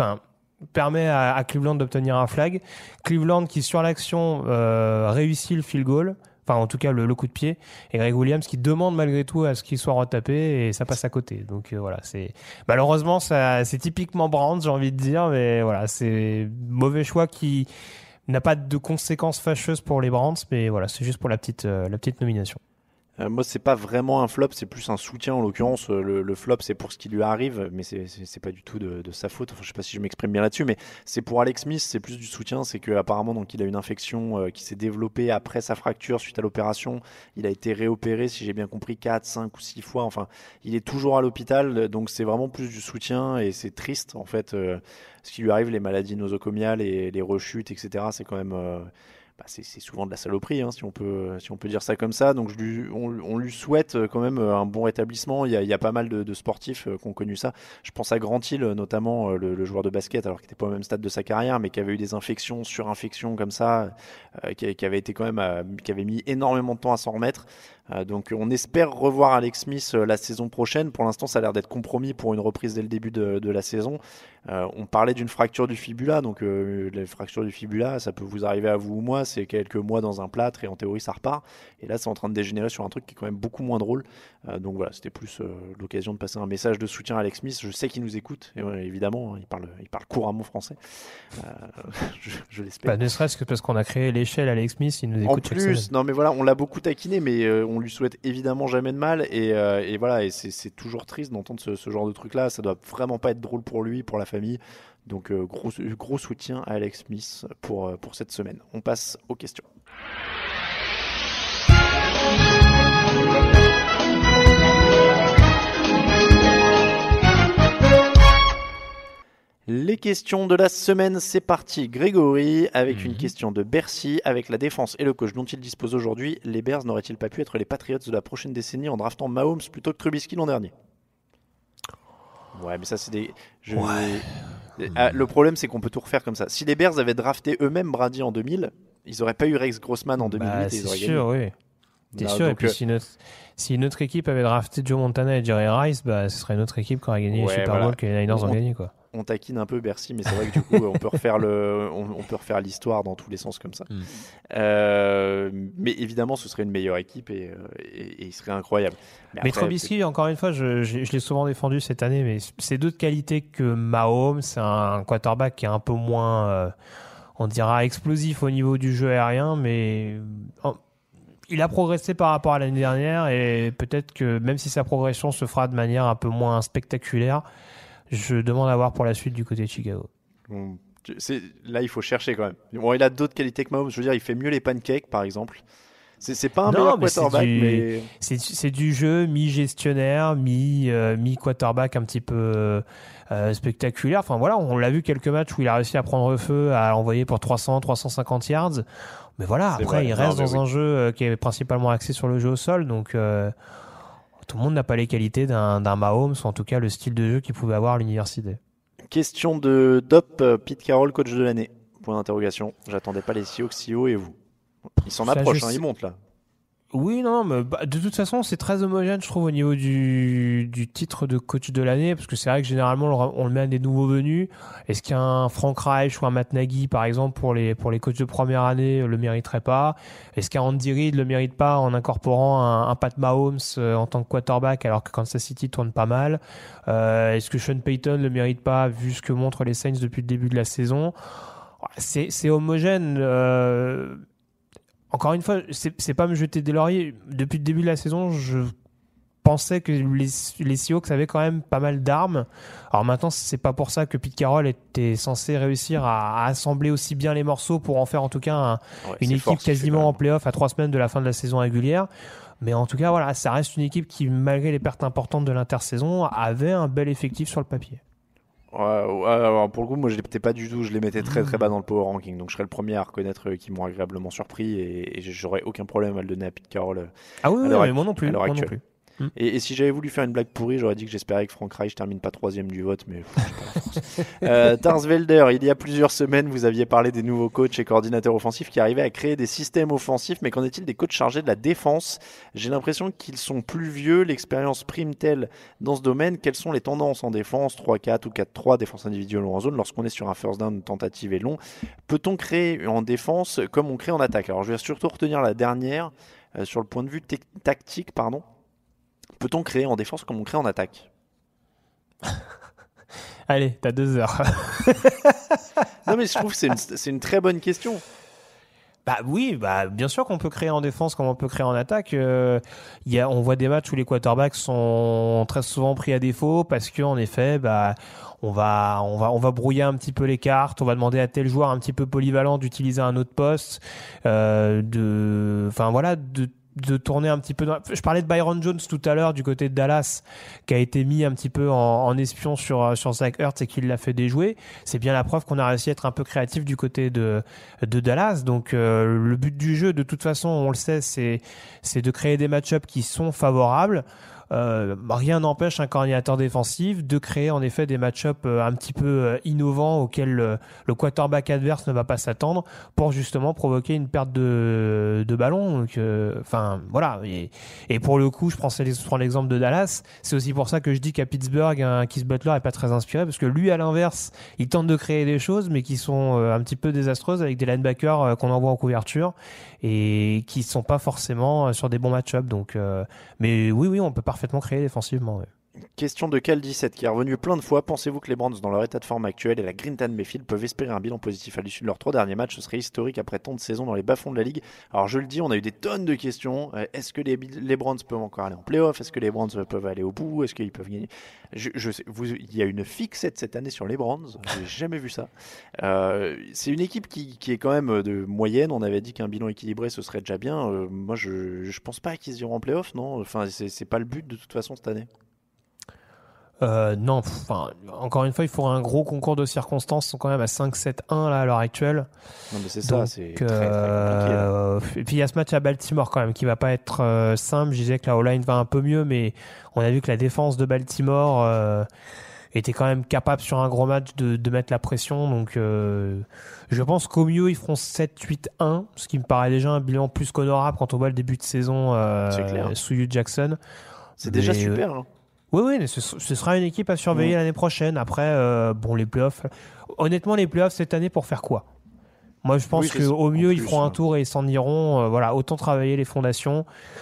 permet à Cleveland d'obtenir un flag. Cleveland qui, sur l'action, réussit le field goal. Enfin, en tout cas, le coup de pied. Et Greg Williams qui demande malgré tout à ce qu'il soit retapé et ça passe à côté. Donc, voilà, malheureusement, c'est typiquement Browns, j'ai envie de dire, mais voilà, c'est mauvais choix qui n'a pas de conséquences fâcheuses pour les Browns, mais voilà, c'est juste pour la petite nomination. Moi, c'est pas vraiment un flop, c'est plus un soutien en l'occurrence. Le flop, c'est pour ce qui lui arrive, mais c'est pas du tout de sa faute. Enfin, je sais pas si je m'exprime bien là-dessus, mais c'est pour Alex Smith, c'est plus du soutien. C'est qu'apparemment, donc, il a une infection qui s'est développée après sa fracture suite à l'opération. Il a été réopéré, si j'ai bien compris, 4, 5 ou 6 fois. Enfin, il est toujours à l'hôpital, donc c'est vraiment plus du soutien et c'est triste en fait. Ce qui lui arrive, les maladies nosocomiales et les rechutes, etc. C'est quand même c'est souvent de la saloperie, si on peut dire ça comme ça. Donc on lui souhaite quand même un bon rétablissement. Il y a pas mal de sportifs qui ont connu ça. Je pense à Grant Hill, notamment le joueur de basket, alors qu'il n'était pas au même stade de sa carrière, mais qui avait eu des infections, surinfections comme ça, qui avait été quand même, qui avait mis énormément de temps à s'en remettre. Donc on espère revoir Alex Smith la saison prochaine. Pour l'instant, ça a l'air d'être compromis pour une reprise dès le début de la saison. On parlait d'une fracture du fibula, donc la fracture du fibula, ça peut vous arriver à vous ou moi, c'est quelques mois dans un plâtre et en théorie ça repart. Et là, c'est en train de dégénérer sur un truc qui est quand même beaucoup moins drôle. Donc voilà, c'était plus l'occasion de passer un message de soutien à Alex Smith. Je sais qu'il nous écoute, et évidemment, il parle couramment français. Je l'espère. Ne serait-ce que parce qu'on a créé l'échelle Alex Smith, il nous écoute chaque semaine. En plus, non mais voilà, on l'a beaucoup taquiné, mais on lui souhaite évidemment jamais de mal. Et voilà, et c'est toujours triste d'entendre ce genre de truc-là. Ça doit vraiment pas être drôle pour lui, pour la famille. Donc gros soutien à Alex Smith pour cette semaine. On passe aux questions. Les questions de la semaine, c'est parti. Grégory, avec une question de Bercy. Avec la défense et le coach dont il dispose aujourd'hui, les Bears n'auraient-ils pas pu être les Patriots de la prochaine décennie en draftant Mahomes plutôt que Trubisky l'an dernier ? Ouais, mais ça, c'est des... le problème, c'est qu'on peut tout refaire comme ça. Si les Bears avaient drafté eux-mêmes Brady en 2000, ils n'auraient pas eu Rex Grossman en 2008 et ils auraient gagné. Oui. C'est sûr, donc, et puis si notre équipe avait drafté Joe Montana et Jerry Rice, ce serait notre équipe qui aurait gagné le Super Bowl que les Niners ont gagné, quoi. On taquine un peu Bercy, mais c'est vrai que du coup, on peut refaire l'histoire dans tous les sens comme ça. Mais évidemment, ce serait une meilleure équipe et il serait incroyable. Mais Trubisky, encore une fois, je l'ai souvent défendu cette année, mais c'est d'autres qualités que Mahomes. C'est un quarterback qui est un peu moins, on dira, explosif au niveau du jeu aérien, mais il a progressé par rapport à l'année dernière et peut-être que même si sa progression se fera de manière un peu moins spectaculaire, je demande à voir pour la suite du côté de Chicago. Là, il faut chercher quand même. Bon, il a d'autres qualités que Mahomes. Je veux dire, il fait mieux les pancakes, par exemple. C'est pas un meilleur quarterback, mais... C'est du jeu mi-gestionnaire, mi-quarterback un petit peu spectaculaire. Enfin voilà, on l'a vu quelques matchs où il a réussi à prendre feu, à l'envoyer pour 300-350 yards. Mais voilà, après, il reste dans un jeu qui est principalement axé sur le jeu au sol. Donc... tout le monde n'a pas les qualités d'un Mahomes, ou en tout cas le style de jeu qu'il pouvait avoir à l'université. Question de Dop, Pete Carroll, coach de l'année. Point d'interrogation. J'attendais pas les Seahawks si haut et vous. Il s'en approche, il monte là. Oui, non, mais de toute façon, c'est très homogène, je trouve, au niveau du titre de coach de l'année, parce que c'est vrai que généralement, on le met à des nouveaux venus. Est-ce qu'un Frank Reich ou un Matt Nagy, par exemple, pour les coachs de première année, le mériterait pas? Est-ce qu'un Andy Reid le mérite pas en incorporant un Pat Mahomes en tant que quarterback, alors que Kansas City tourne pas mal? Est-ce que Sean Payton le mérite pas, vu ce que montrent les Saints depuis le début de la saison? C'est homogène. Encore une fois, c'est pas me jeter des lauriers. Depuis le début de la saison, je pensais que les Seahawks avaient quand même pas mal d'armes. Alors maintenant, c'est pas pour ça que Pete Carroll était censé réussir à assembler aussi bien les morceaux pour en faire en tout cas une équipe quasiment en play-off à 3 semaines de la fin de la saison régulière. Mais en tout cas, voilà, ça reste une équipe qui, malgré les pertes importantes de l'intersaison, avait un bel effectif sur le papier. Alors pour le coup, moi je l'étais pas du tout, je les mettais très très bas dans le power ranking, donc je serais le premier à reconnaître qu'ils m'ont agréablement surpris et j'aurais aucun problème à le donner à Pete Carroll. Mais moi non plus. Et si j'avais voulu faire une blague pourrie, j'aurais dit que j'espérais que Frank Reich termine pas 3e du vote, mais Tarsvelder, il y a plusieurs semaines, vous aviez parlé des nouveaux coachs et coordinateurs offensifs qui arrivaient à créer des systèmes offensifs, mais qu'en est-il des coachs chargés de la défense? J'ai l'impression qu'ils sont plus vieux, l'expérience prime-t-elle dans ce domaine? Quelles sont les tendances en défense, 3-4 ou 4-3, défense individuelle ou en zone, lorsqu'on est sur un first down tentative et long? Peut-on créer en défense comme on crée en attaque? Alors je vais surtout retenir la dernière, sur le point de vue tactique, pardon. Peut-on créer en défense comme on crée en attaque? Allez, t'as 2 heures. Non mais je trouve que c'est une très bonne question. Oui, bien sûr qu'on peut créer en défense comme on peut créer en attaque. On voit des matchs où les quarterbacks sont très souvent pris à défaut parce que en effet, on va brouiller un petit peu les cartes. On va demander à tel joueur un petit peu polyvalent d'utiliser un autre poste. tourner un petit peu je parlais de Byron Jones tout à l'heure du côté de Dallas, qui a été mis un petit peu en espion sur Zach Ertz et qui l'a fait déjouer. C'est bien la preuve qu'on a réussi à être un peu créatif du côté de Dallas. Donc le but du jeu, de toute façon, on le sait, c'est de créer des match-ups qui sont favorables. Rien n'empêche un coordinateur défensif de créer en effet des match-ups un petit peu innovants auxquels le quarterback adverse ne va pas s'attendre, pour justement provoquer une perte de ballon. Donc, voilà. Et pour le coup, je prends l'exemple de Dallas. C'est aussi pour ça que je dis qu'à Pittsburgh, Keith Butler est pas très inspiré, parce que lui, à l'inverse, il tente de créer des choses, mais qui sont un petit peu désastreuses, avec des linebackers qu'on envoie en couverture et qui sont pas forcément sur des bons match-ups. Donc, mais oui, on peut parfaitement créer défensivement. Ouais. Question de Cal17 qui est revenu plein de fois. Pensez-vous que les Browns, dans leur état de forme actuel, et la Grintan Mayfield peuvent espérer un bilan positif à l'issue de leurs 3 derniers matchs? Ce serait historique après tant de saisons dans les bas-fonds de la ligue. Alors je le dis, on a eu des tonnes de questions. Est-ce que les Browns peuvent encore aller en play-off? Est-ce que les Browns peuvent aller au bout? Est-ce qu'ils peuvent gagner? Je sais, il y a une fixette cette année sur les Browns. J'ai jamais vu ça. C'est une équipe qui est quand même de moyenne. On avait dit qu'un bilan équilibré ce serait déjà bien. Moi je pense pas qu'ils iront en play-off, non. Enfin c'est pas le but de toute façon cette année. Non, encore une fois, il faudrait un gros concours de circonstances. Ils sont quand même à 5-7-1 là, à l'heure actuelle. Non, mais c'est ça, c'est très compliqué. Là. Et puis il y a ce match à Baltimore quand même qui va pas être simple. Je disais que la O-line va un peu mieux, mais on a vu que la défense de Baltimore était quand même capable sur un gros match de mettre la pression. Donc je pense qu'au mieux, ils feront 7-8-1, ce qui me paraît déjà un bilan plus qu'honorable quand on voit le début de saison sous Hugh Jackson. C'est déjà super, hein. Oui, mais ce sera une équipe à surveiller l'année prochaine. Après, les playoffs. Honnêtement, les playoffs cette année, pour faire quoi? Moi, je pense qu'au mieux, ils feront un tour et ils s'en iront. Autant travailler les fondations.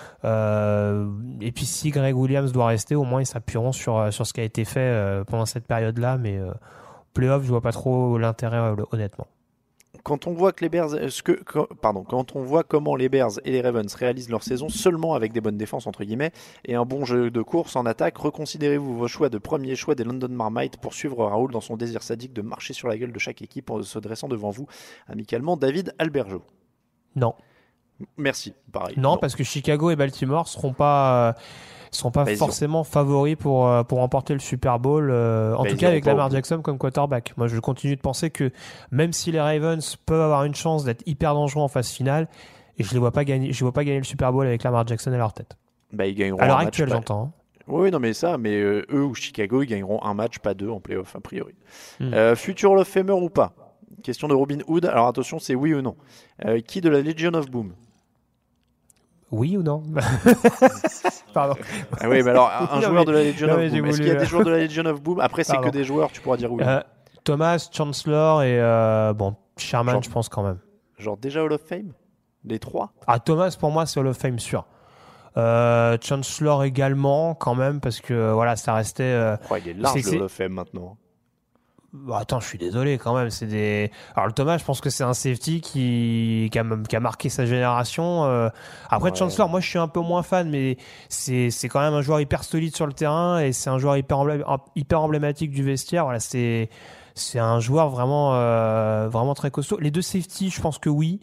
Et puis, si Greg Williams doit rester, au moins, ils s'appuieront sur ce qui a été fait pendant cette période-là. Mais playoffs, je vois pas trop l'intérêt, honnêtement. Quand on voit que les Bears, quand on voit comment les Bears et les Ravens réalisent leur saison seulement avec des bonnes défenses entre guillemets et un bon jeu de course en attaque, reconsidérez-vous vos choix de premier choix des London Marmite pour suivre Raoul dans son désir sadique de marcher sur la gueule de chaque équipe en se dressant devant vous amicalement? David Alberjo. Non. Merci. Pareil. Non, parce que Chicago et Baltimore seront pas forcément favoris pour remporter le Super Bowl, en tout cas avec Lamar Jackson comme quarterback. Moi, je continue de penser que même si les Ravens peuvent avoir une chance d'être hyper dangereux en phase finale, et je vois pas gagner le Super Bowl avec Lamar Jackson à leur tête. Ils gagneront à l'heure actuelle, j'entends. Oui, non, mais eux ou Chicago, ils gagneront un match, pas 2 en playoff a priori. Futur Hall of Famer ou pas? Question de Robin Hood. Alors attention, c'est oui ou non. Qui de la Legion of Boom? Oui ou non? Pardon. Ah oui, mais alors un joueur de la Legion of Boom. Est-ce qu'il y a des joueurs de la Legion of Boom? Après, c'est que des joueurs, tu pourras dire oui. Thomas, Chancellor et Sherman, je pense quand même. Genre déjà Hall of Fame? Les 3? Ah, Thomas, pour moi, c'est Hall of Fame sûr. Chancellor également, quand même, parce que ça restait. Il est large le Hall of Fame maintenant. Attends, je suis désolé quand même. Alors le Thomas, je pense que c'est un safety qui a marqué sa génération. Après Chancellor, moi je suis un peu moins fan, mais c'est quand même un joueur hyper solide sur le terrain et c'est un joueur hyper emblématique du vestiaire. Voilà, c'est un joueur vraiment très costaud. Les deux safety, je pense que oui.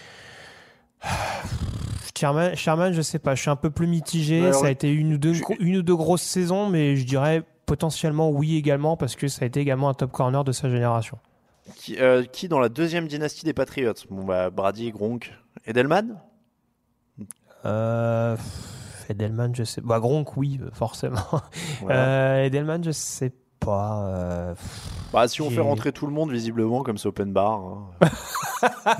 Sherman, je sais pas, je suis un peu plus mitigé. Ça a été une ou deux grosses saisons, mais je dirais potentiellement oui également, parce que ça a été également un top corner de sa génération. Qui dans la deuxième dynastie des Patriots? Brady, Gronk, Edelman? Edelman, je sais. Gronk, oui, forcément. Edelman, je sais pas. Si on fait rentrer tout le monde, visiblement, comme c'est open bar. Hein.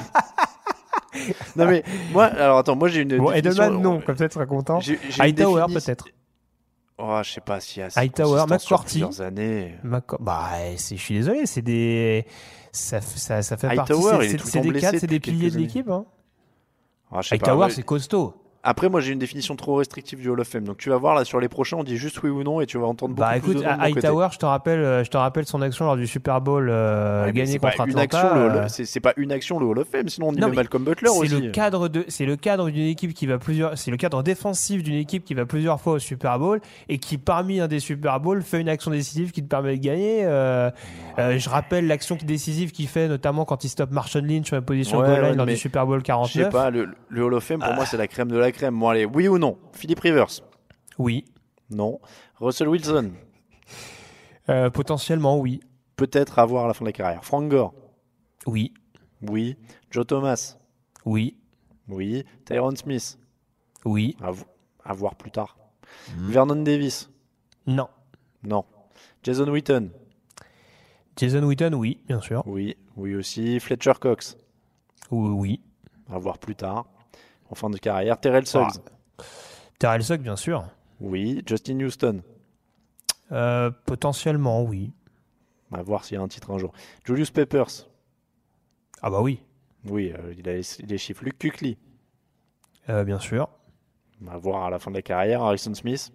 Non mais moi j'ai une. Edelman, non, comme ça tu seras content. Hightower peut-être. Je sais pas s'il y a Hightower, McCourty. Plusieurs années. Je suis désolé, ça fait Hightower, partie. C'est des piliers de l'équipe. Hein. Hightower, c'est costaud. Après, moi, j'ai une définition trop restrictive du Hall of Fame. Donc, tu vas voir, là, sur les prochains, on dit juste oui ou non et tu vas entendre beaucoup plus de noms de mon côté. Hightower, je te rappelle son action lors du Super Bowl gagné contre Atlanta. C'est pas une action, le Hall of Fame. Sinon, on dit Malcolm Butler aussi. C'est le cadre d'une équipe qui va c'est le cadre défensif d'une équipe qui va plusieurs fois au Super Bowl et qui, parmi un des Super Bowls, fait une action décisive qui te permet de gagner. Je rappelle l'action décisive qu'il fait, notamment quand il stoppe Marshawn Lynch sur la position goal line lors du Super Bowl 49. Je sais pas, le Hall of Fame, pour moi, c'est la crème de la la crème. Bon, allez, oui ou non? Philip Rivers? Oui. Non. Russell Wilson? Potentiellement, oui. Peut-être à voir à la fin de la carrière. Frank Gore? Oui. Oui. Joe Thomas? Oui. Oui. Tyron Smith? Oui. À voir plus tard. Vernon Davis? Non. Non. Jason Witten? Jason Witten, oui, bien sûr. Oui. Oui aussi. Fletcher Cox? Oui. À voir plus tard. En fin de carrière. Terrell Suggs? Terrell Suggs, bien sûr. Oui. Justin Houston? Potentiellement, oui. À voir s'il y a un titre un jour. Julius Peppers? Ah bah oui. Oui, il a les chiffres. Luke Kuechly? Bien sûr. À voir à la fin de la carrière. Harrison Smith?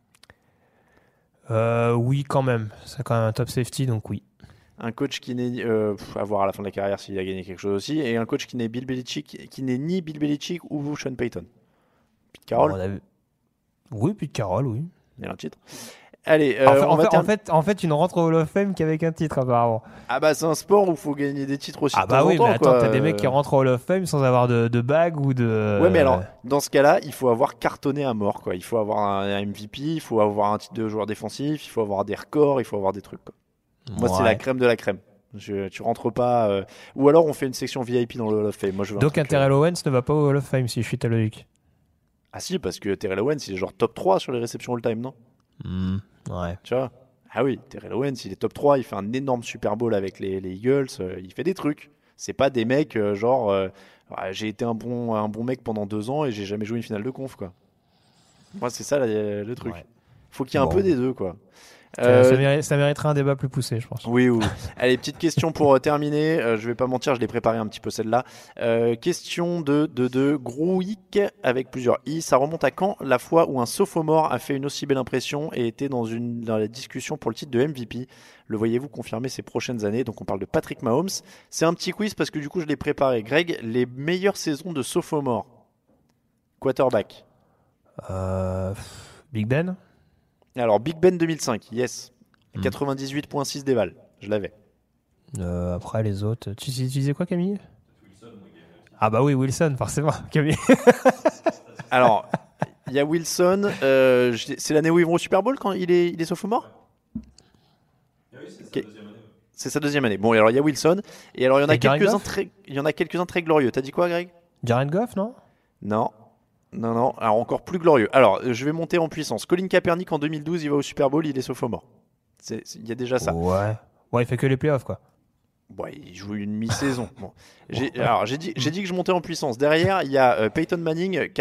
Oui, quand même. C'est quand même un top safety, donc oui. Un coach qui n'est à voir à la fin de la carrière s'il a gagné quelque chose aussi, et un coach qui n'est ni Bill Belichick ou Sean Payton. Pete Carroll? Oui, Pete Carroll, oui. Il y a un titre. Allez, en fait, tu ne rentres au Hall of Fame qu'avec un titre, apparemment. Ah bah c'est un sport où il faut gagner des titres aussi. Ah bah oui, mais attends, t'as des mecs qui rentrent au Hall of Fame sans avoir de bague ou de... Ouais, mais alors, dans ce cas-là, il faut avoir cartonné à mort, quoi. Il faut avoir un MVP, il faut avoir un titre de joueur défensif, il faut avoir des records, il faut avoir des trucs, quoi. Moi, c'est la crème de la crème. Tu rentres pas... Ou alors, on fait une section VIP dans le Hall of Fame. Moi, je veux donc, un Terrell Owens ne va pas au Hall of Fame, si je suis ta logique. Ah si, parce que Terrell Owens, il est genre top 3 sur les réceptions all-time, non? Ouais. Tu vois? Ah oui, Terrell Owens, il est top 3, il fait un énorme Super Bowl avec les Eagles, il fait des trucs. C'est pas des mecs j'ai été un bon mec pendant 2 ans et j'ai jamais joué une finale de conf, quoi. Moi, c'est ça le truc. Ouais. Faut qu'il y ait un peu des deux, quoi. Ça mériterait un débat plus poussé, je pense. Oui. Allez, petite question pour terminer. Je vais pas mentir, je l'ai préparé un petit peu celle-là. Question de Grouic avec plusieurs i. Ça remonte à quand la fois où un sophomore a fait une aussi belle impression et était dans la discussion pour le titre de MVP? Le voyez-vous confirmer ces prochaines années? Donc on parle de Patrick Mahomes. C'est un petit quiz parce que du coup je l'ai préparé. Greg, les meilleures saisons de sophomore quarterback? Big Ben? Alors, Big Ben 2005, yes. 98.6 d'éval, je l'avais. Après, les autres... Tu disais quoi, Camille? Ah bah oui, Wilson, forcément, Camille. Alors, il y a Wilson. C'est l'année où ils vont au Super Bowl quand il est sophomore? Oui, c'est sa deuxième année. C'est sa deuxième année. Bon, et alors il y a Wilson. Et alors, il y en a quelques-uns très glorieux. T'as dit quoi, Greg? Jared Goff, non? Non. Alors encore plus glorieux. Alors, je vais monter en puissance. Colin Kaepernick en 2012, il va au Super Bowl, il est sophomore. Il y a déjà ça. Ouais, il fait que les playoffs, quoi. Ouais, il joue une mi-saison. Bon. J'ai dit que je montais en puissance. Derrière, il y a Peyton Manning,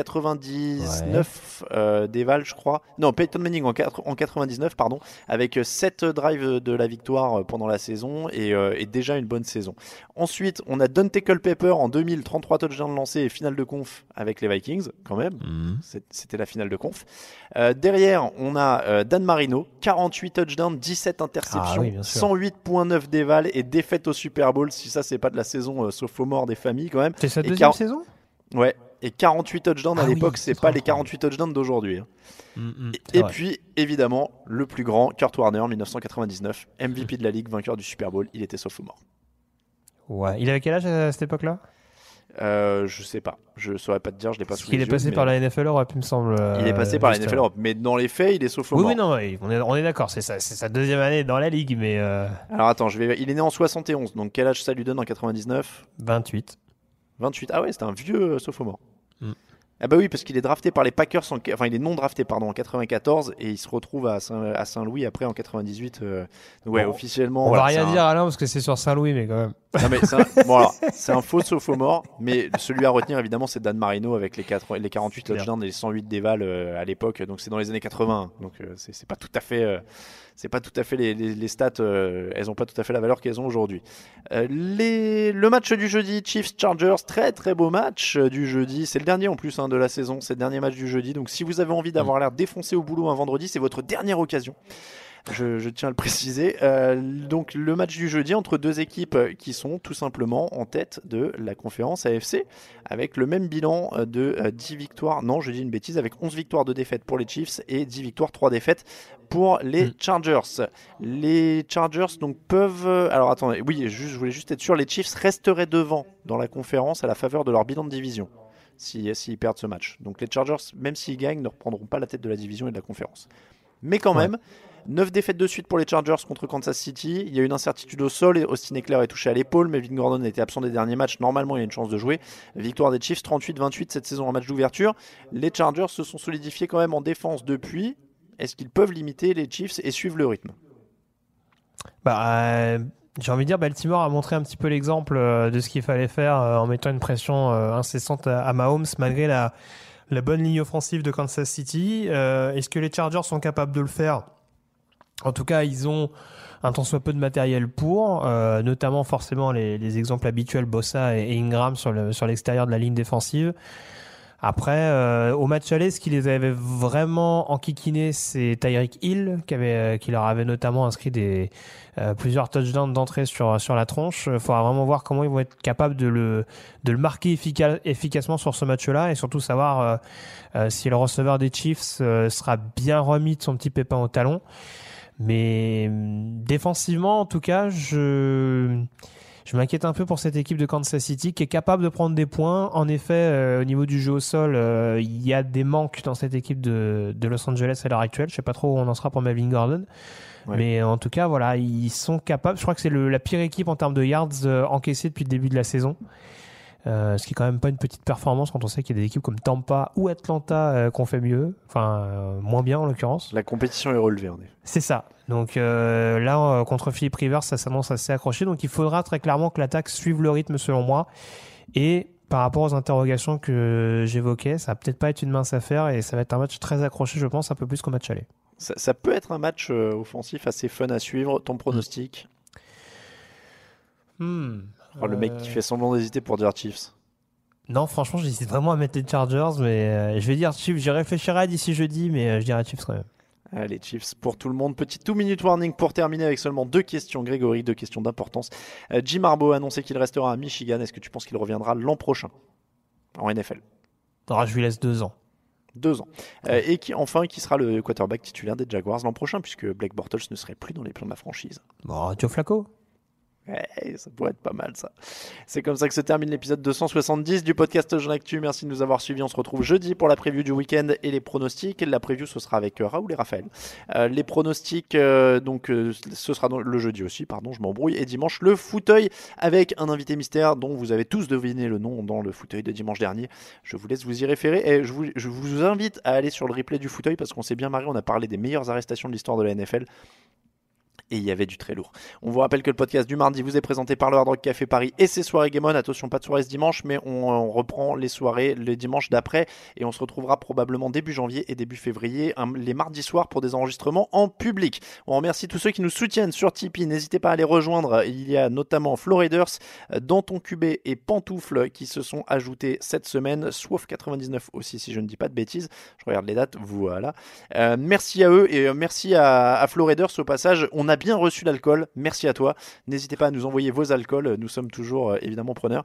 99 d'éval, je crois. Non, Peyton Manning en 99, pardon, avec 7 drives de la victoire pendant la saison et déjà une bonne saison. Ensuite, on a Dante Culpepper en 2000, 33 touchdowns lancés et finale de conf avec les Vikings, quand même. C'était la finale de conf. Derrière, on a Dan Marino, 48 touchdowns, 17 interceptions, 108.9 d'éval et défaite au Super Bowl. Si ça, c'est pas de la saison sophomore des familles, quand même. C'est sa deuxième saison? Ouais. Et 48 touchdowns à l'époque, c'est pas les 48 touchdowns d'aujourd'hui. Et puis, évidemment, le plus grand, Kurt Warner, 1999, MVP de la Ligue, vainqueur du Super Bowl. Il était sophomore. Ouais. Il avait quel âge à cette époque-là? Je sais pas. Je saurais pas te dire, je l'ai pas sous les yeux. Il est passé par la NFL Europe, il me semble. Il est passé par la NFL Europe, mais dans les faits, il est sophomore. Oui, non, on est d'accord. C'est sa deuxième année dans la Ligue, mais... Alors attends, il est né en 71, donc quel âge ça lui donne en 99? 28. Ah ouais, c'était un vieux sophomore. Ah bah oui, parce qu'il est drafté par les Packers, il est non drafté en 94 et il se retrouve à Saint-Louis après en 98. Ouais, bon, officiellement. On va rien dire Alain parce que c'est sur Saint-Louis, mais quand même. Non mais c'est un faux sophomore, mais celui à retenir évidemment c'est Dan Marino avec les 48 touchdowns et les 108 d'éval à l'époque, donc c'est dans les années 80, donc c'est pas tout à fait. C'est pas tout à fait les stats, elles ont pas tout à fait la valeur qu'elles ont aujourd'hui. Le match du jeudi, Chiefs-Chargers, très très beau match du jeudi. C'est le dernier en plus de la saison, c'est le dernier match du jeudi. Donc si vous avez envie d'avoir l'air défoncé au boulot un vendredi, c'est votre dernière occasion. Je tiens à le préciser. Donc le match du jeudi entre deux équipes qui sont tout simplement en tête de la conférence AFC avec le même bilan de 10 victoires. Non, je dis une bêtise, avec 11 victoires, 2 défaites pour les Chiefs et 10 victoires, 3 défaites pour les Chargers. Les Chargers donc peuvent... Alors attendez, oui, je voulais juste être sûr, les Chiefs resteraient devant dans la conférence à la faveur de leur bilan de division. s'ils perdent ce match. Donc les Chargers, même s'ils gagnent, ne reprendront pas la tête de la division et de la conférence. Mais quand même, 9 défaites de suite pour les Chargers contre Kansas City. Il y a une incertitude au sol. Austin Eckler est touché à l'épaule. Melvin Gordon était absent des derniers matchs. Normalement, il a une chance de jouer. Victoire des Chiefs 38-28 cette saison en match d'ouverture. Les Chargers se sont solidifiés quand même en défense depuis. Est-ce qu'ils peuvent limiter les Chiefs et suivre le rythme ? J'ai envie de dire, Baltimore a montré un petit peu l'exemple de ce qu'il fallait faire en mettant une pression incessante à Mahomes malgré la bonne ligne offensive de Kansas City. Est-ce que les Chargers sont capables de le faire ? En tout cas, ils ont un tant soit peu de matériel pour, notamment forcément les exemples habituels Bosa et Ingram sur l'extérieur de la ligne défensive. Après, au match aller, ce qui les avait vraiment enquiquinés, c'est Tyreek Hill, qui leur avait notamment inscrit plusieurs touchdowns d'entrée sur la tronche. Il faudra vraiment voir comment ils vont être capables de le marquer efficacement sur ce match-là, et surtout savoir si le receveur des Chiefs sera bien remis de son petit pépin au talon. Mais défensivement, en tout cas, je m'inquiète un peu pour cette équipe de Kansas City qui est capable de prendre des points. En effet, au niveau du jeu au sol, il y a des manques dans cette équipe de Los Angeles à l'heure actuelle. Je ne sais pas trop où on en sera pour Melvin Gordon. Ouais. Mais en tout cas, voilà, ils sont capables. Je crois que c'est la pire équipe en termes de yards encaissés depuis le début de la saison. Ce qui est quand même pas une petite performance quand on sait qu'il y a des équipes comme Tampa ou Atlanta qui ont fait mieux, moins bien en l'occurrence. La compétition est relevée en effet. C'est ça. Donc là, contre Philip Rivers, ça s'annonce assez accroché. Donc il faudra très clairement que l'attaque suive le rythme selon moi. Et par rapport aux interrogations que j'évoquais, ça va peut-être pas être une mince affaire et ça va être un match très accroché, je pense, un peu plus qu'au match aller. Ça peut être un match offensif assez fun à suivre. Ton pronostic ? Le mec qui fait semblant d'hésiter pour dire Chiefs. Non, franchement, j'hésite vraiment à mettre les Chargers, mais je vais dire Chiefs. J'y réfléchirai d'ici jeudi, mais je dirais Chiefs quand même. Allez, Chiefs pour tout le monde. Petit 2-minute warning pour terminer avec seulement 2 questions, Grégory, 2 questions d'importance. Jim Harbaugh a annoncé qu'il restera à Michigan. Est-ce que tu penses qu'il reviendra l'an prochain en NFL ? Je lui laisse 2 ans. 2 ans. Et qui sera le quarterback titulaire des Jaguars l'an prochain, puisque Blake Bortles ne serait plus dans les plans de la franchise. Joe Flacco. Ça pourrait être pas mal ça. C'est comme ça que se termine l'épisode 270 du podcast Jean Actu. Merci de nous avoir suivis. On se retrouve jeudi pour la preview du week-end et les pronostics. La preview ce sera avec Raoul et Raphaël. Les pronostics ce sera le jeudi aussi, je m'embrouille. Et dimanche le fauteuil avec un invité mystère dont vous avez tous deviné le nom dans le fauteuil de dimanche dernier. Je vous laisse vous y référer et je vous invite à aller sur le replay du fauteuil parce qu'on s'est bien marré. On a parlé des meilleures arrestations de l'histoire de la NFL. Et il y avait du très lourd. On vous rappelle que le podcast du mardi vous est présenté par le Hard Rock Café Paris et ses soirées Game On. Attention, pas de soirée ce dimanche, mais on reprend les soirées le dimanche d'après et on se retrouvera probablement début janvier et début février, les mardis soirs pour des enregistrements en public. On remercie tous ceux qui nous soutiennent sur Tipeee. N'hésitez pas à les rejoindre. Il y a notamment Flo Raiders, Danton Cubé et Pantoufle qui se sont ajoutés cette semaine, Swauf 99 aussi si je ne dis pas de bêtises. Je regarde les dates, voilà. Merci à eux et merci à Flo Raiders au passage. On a bien reçu l'alcool, merci à toi. N'hésitez pas à nous envoyer vos alcools, nous sommes toujours évidemment preneurs.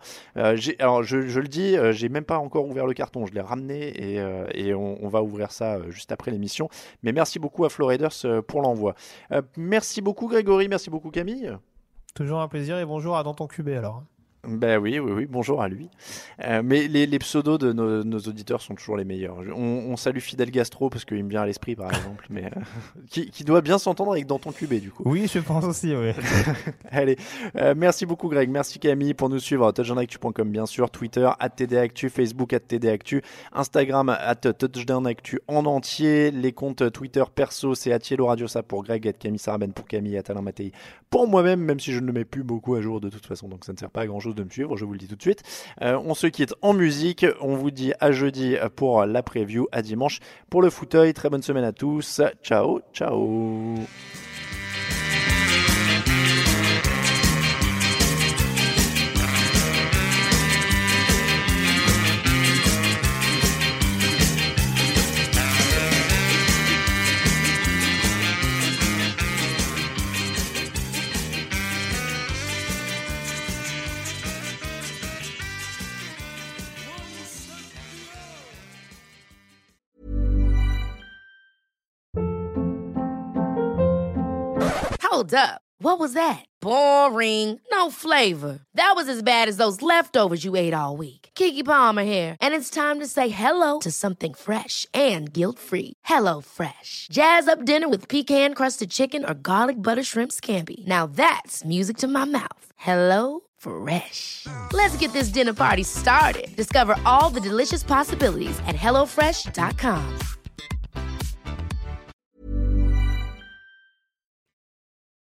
Je le dis, j'ai même pas encore ouvert le carton, je l'ai ramené et on va ouvrir ça juste après l'émission. Mais merci beaucoup à Flo Raiders pour l'envoi. Merci beaucoup Grégory, merci beaucoup Camille. Toujours un plaisir et bonjour à Danton Cubé alors. Ben oui, bonjour à lui. Mais les pseudos de nos auditeurs sont toujours les meilleurs. On salue Fidel Gastro parce qu'il me vient à l'esprit par exemple, mais qui doit bien s'entendre avec Danton Cubé du coup. Oui, je pense aussi, oui. Allez, merci beaucoup Greg, merci Camille pour nous suivre. touchdownactu.com bien sûr, Twitter @tdactu, Facebook @tdactu, Instagram @touchdownactu en entier. Les comptes Twitter perso c'est @Yellow Radio ça pour Greg, @Camille Saraben pour Camille, @Alain Mattei pour moi-même, même si je ne le mets plus beaucoup à jour de toute façon, donc ça ne sert pas à grand chose de me suivre, je vous le dis tout de suite. On se quitte en musique, on vous dit à jeudi pour la preview, à dimanche pour le fauteuil. Très bonne semaine à tous, ciao ciao. Hold up. What was that? Boring. No flavor. That was as bad as those leftovers you ate all week. Keke Palmer here, and it's time to say hello to something fresh and guilt-free. Hello Fresh. Jazz up dinner with pecan-crusted chicken or garlic butter shrimp scampi. Now that's music to my mouth. Hello Fresh. Let's get this dinner party started. Discover all the delicious possibilities at hellofresh.com.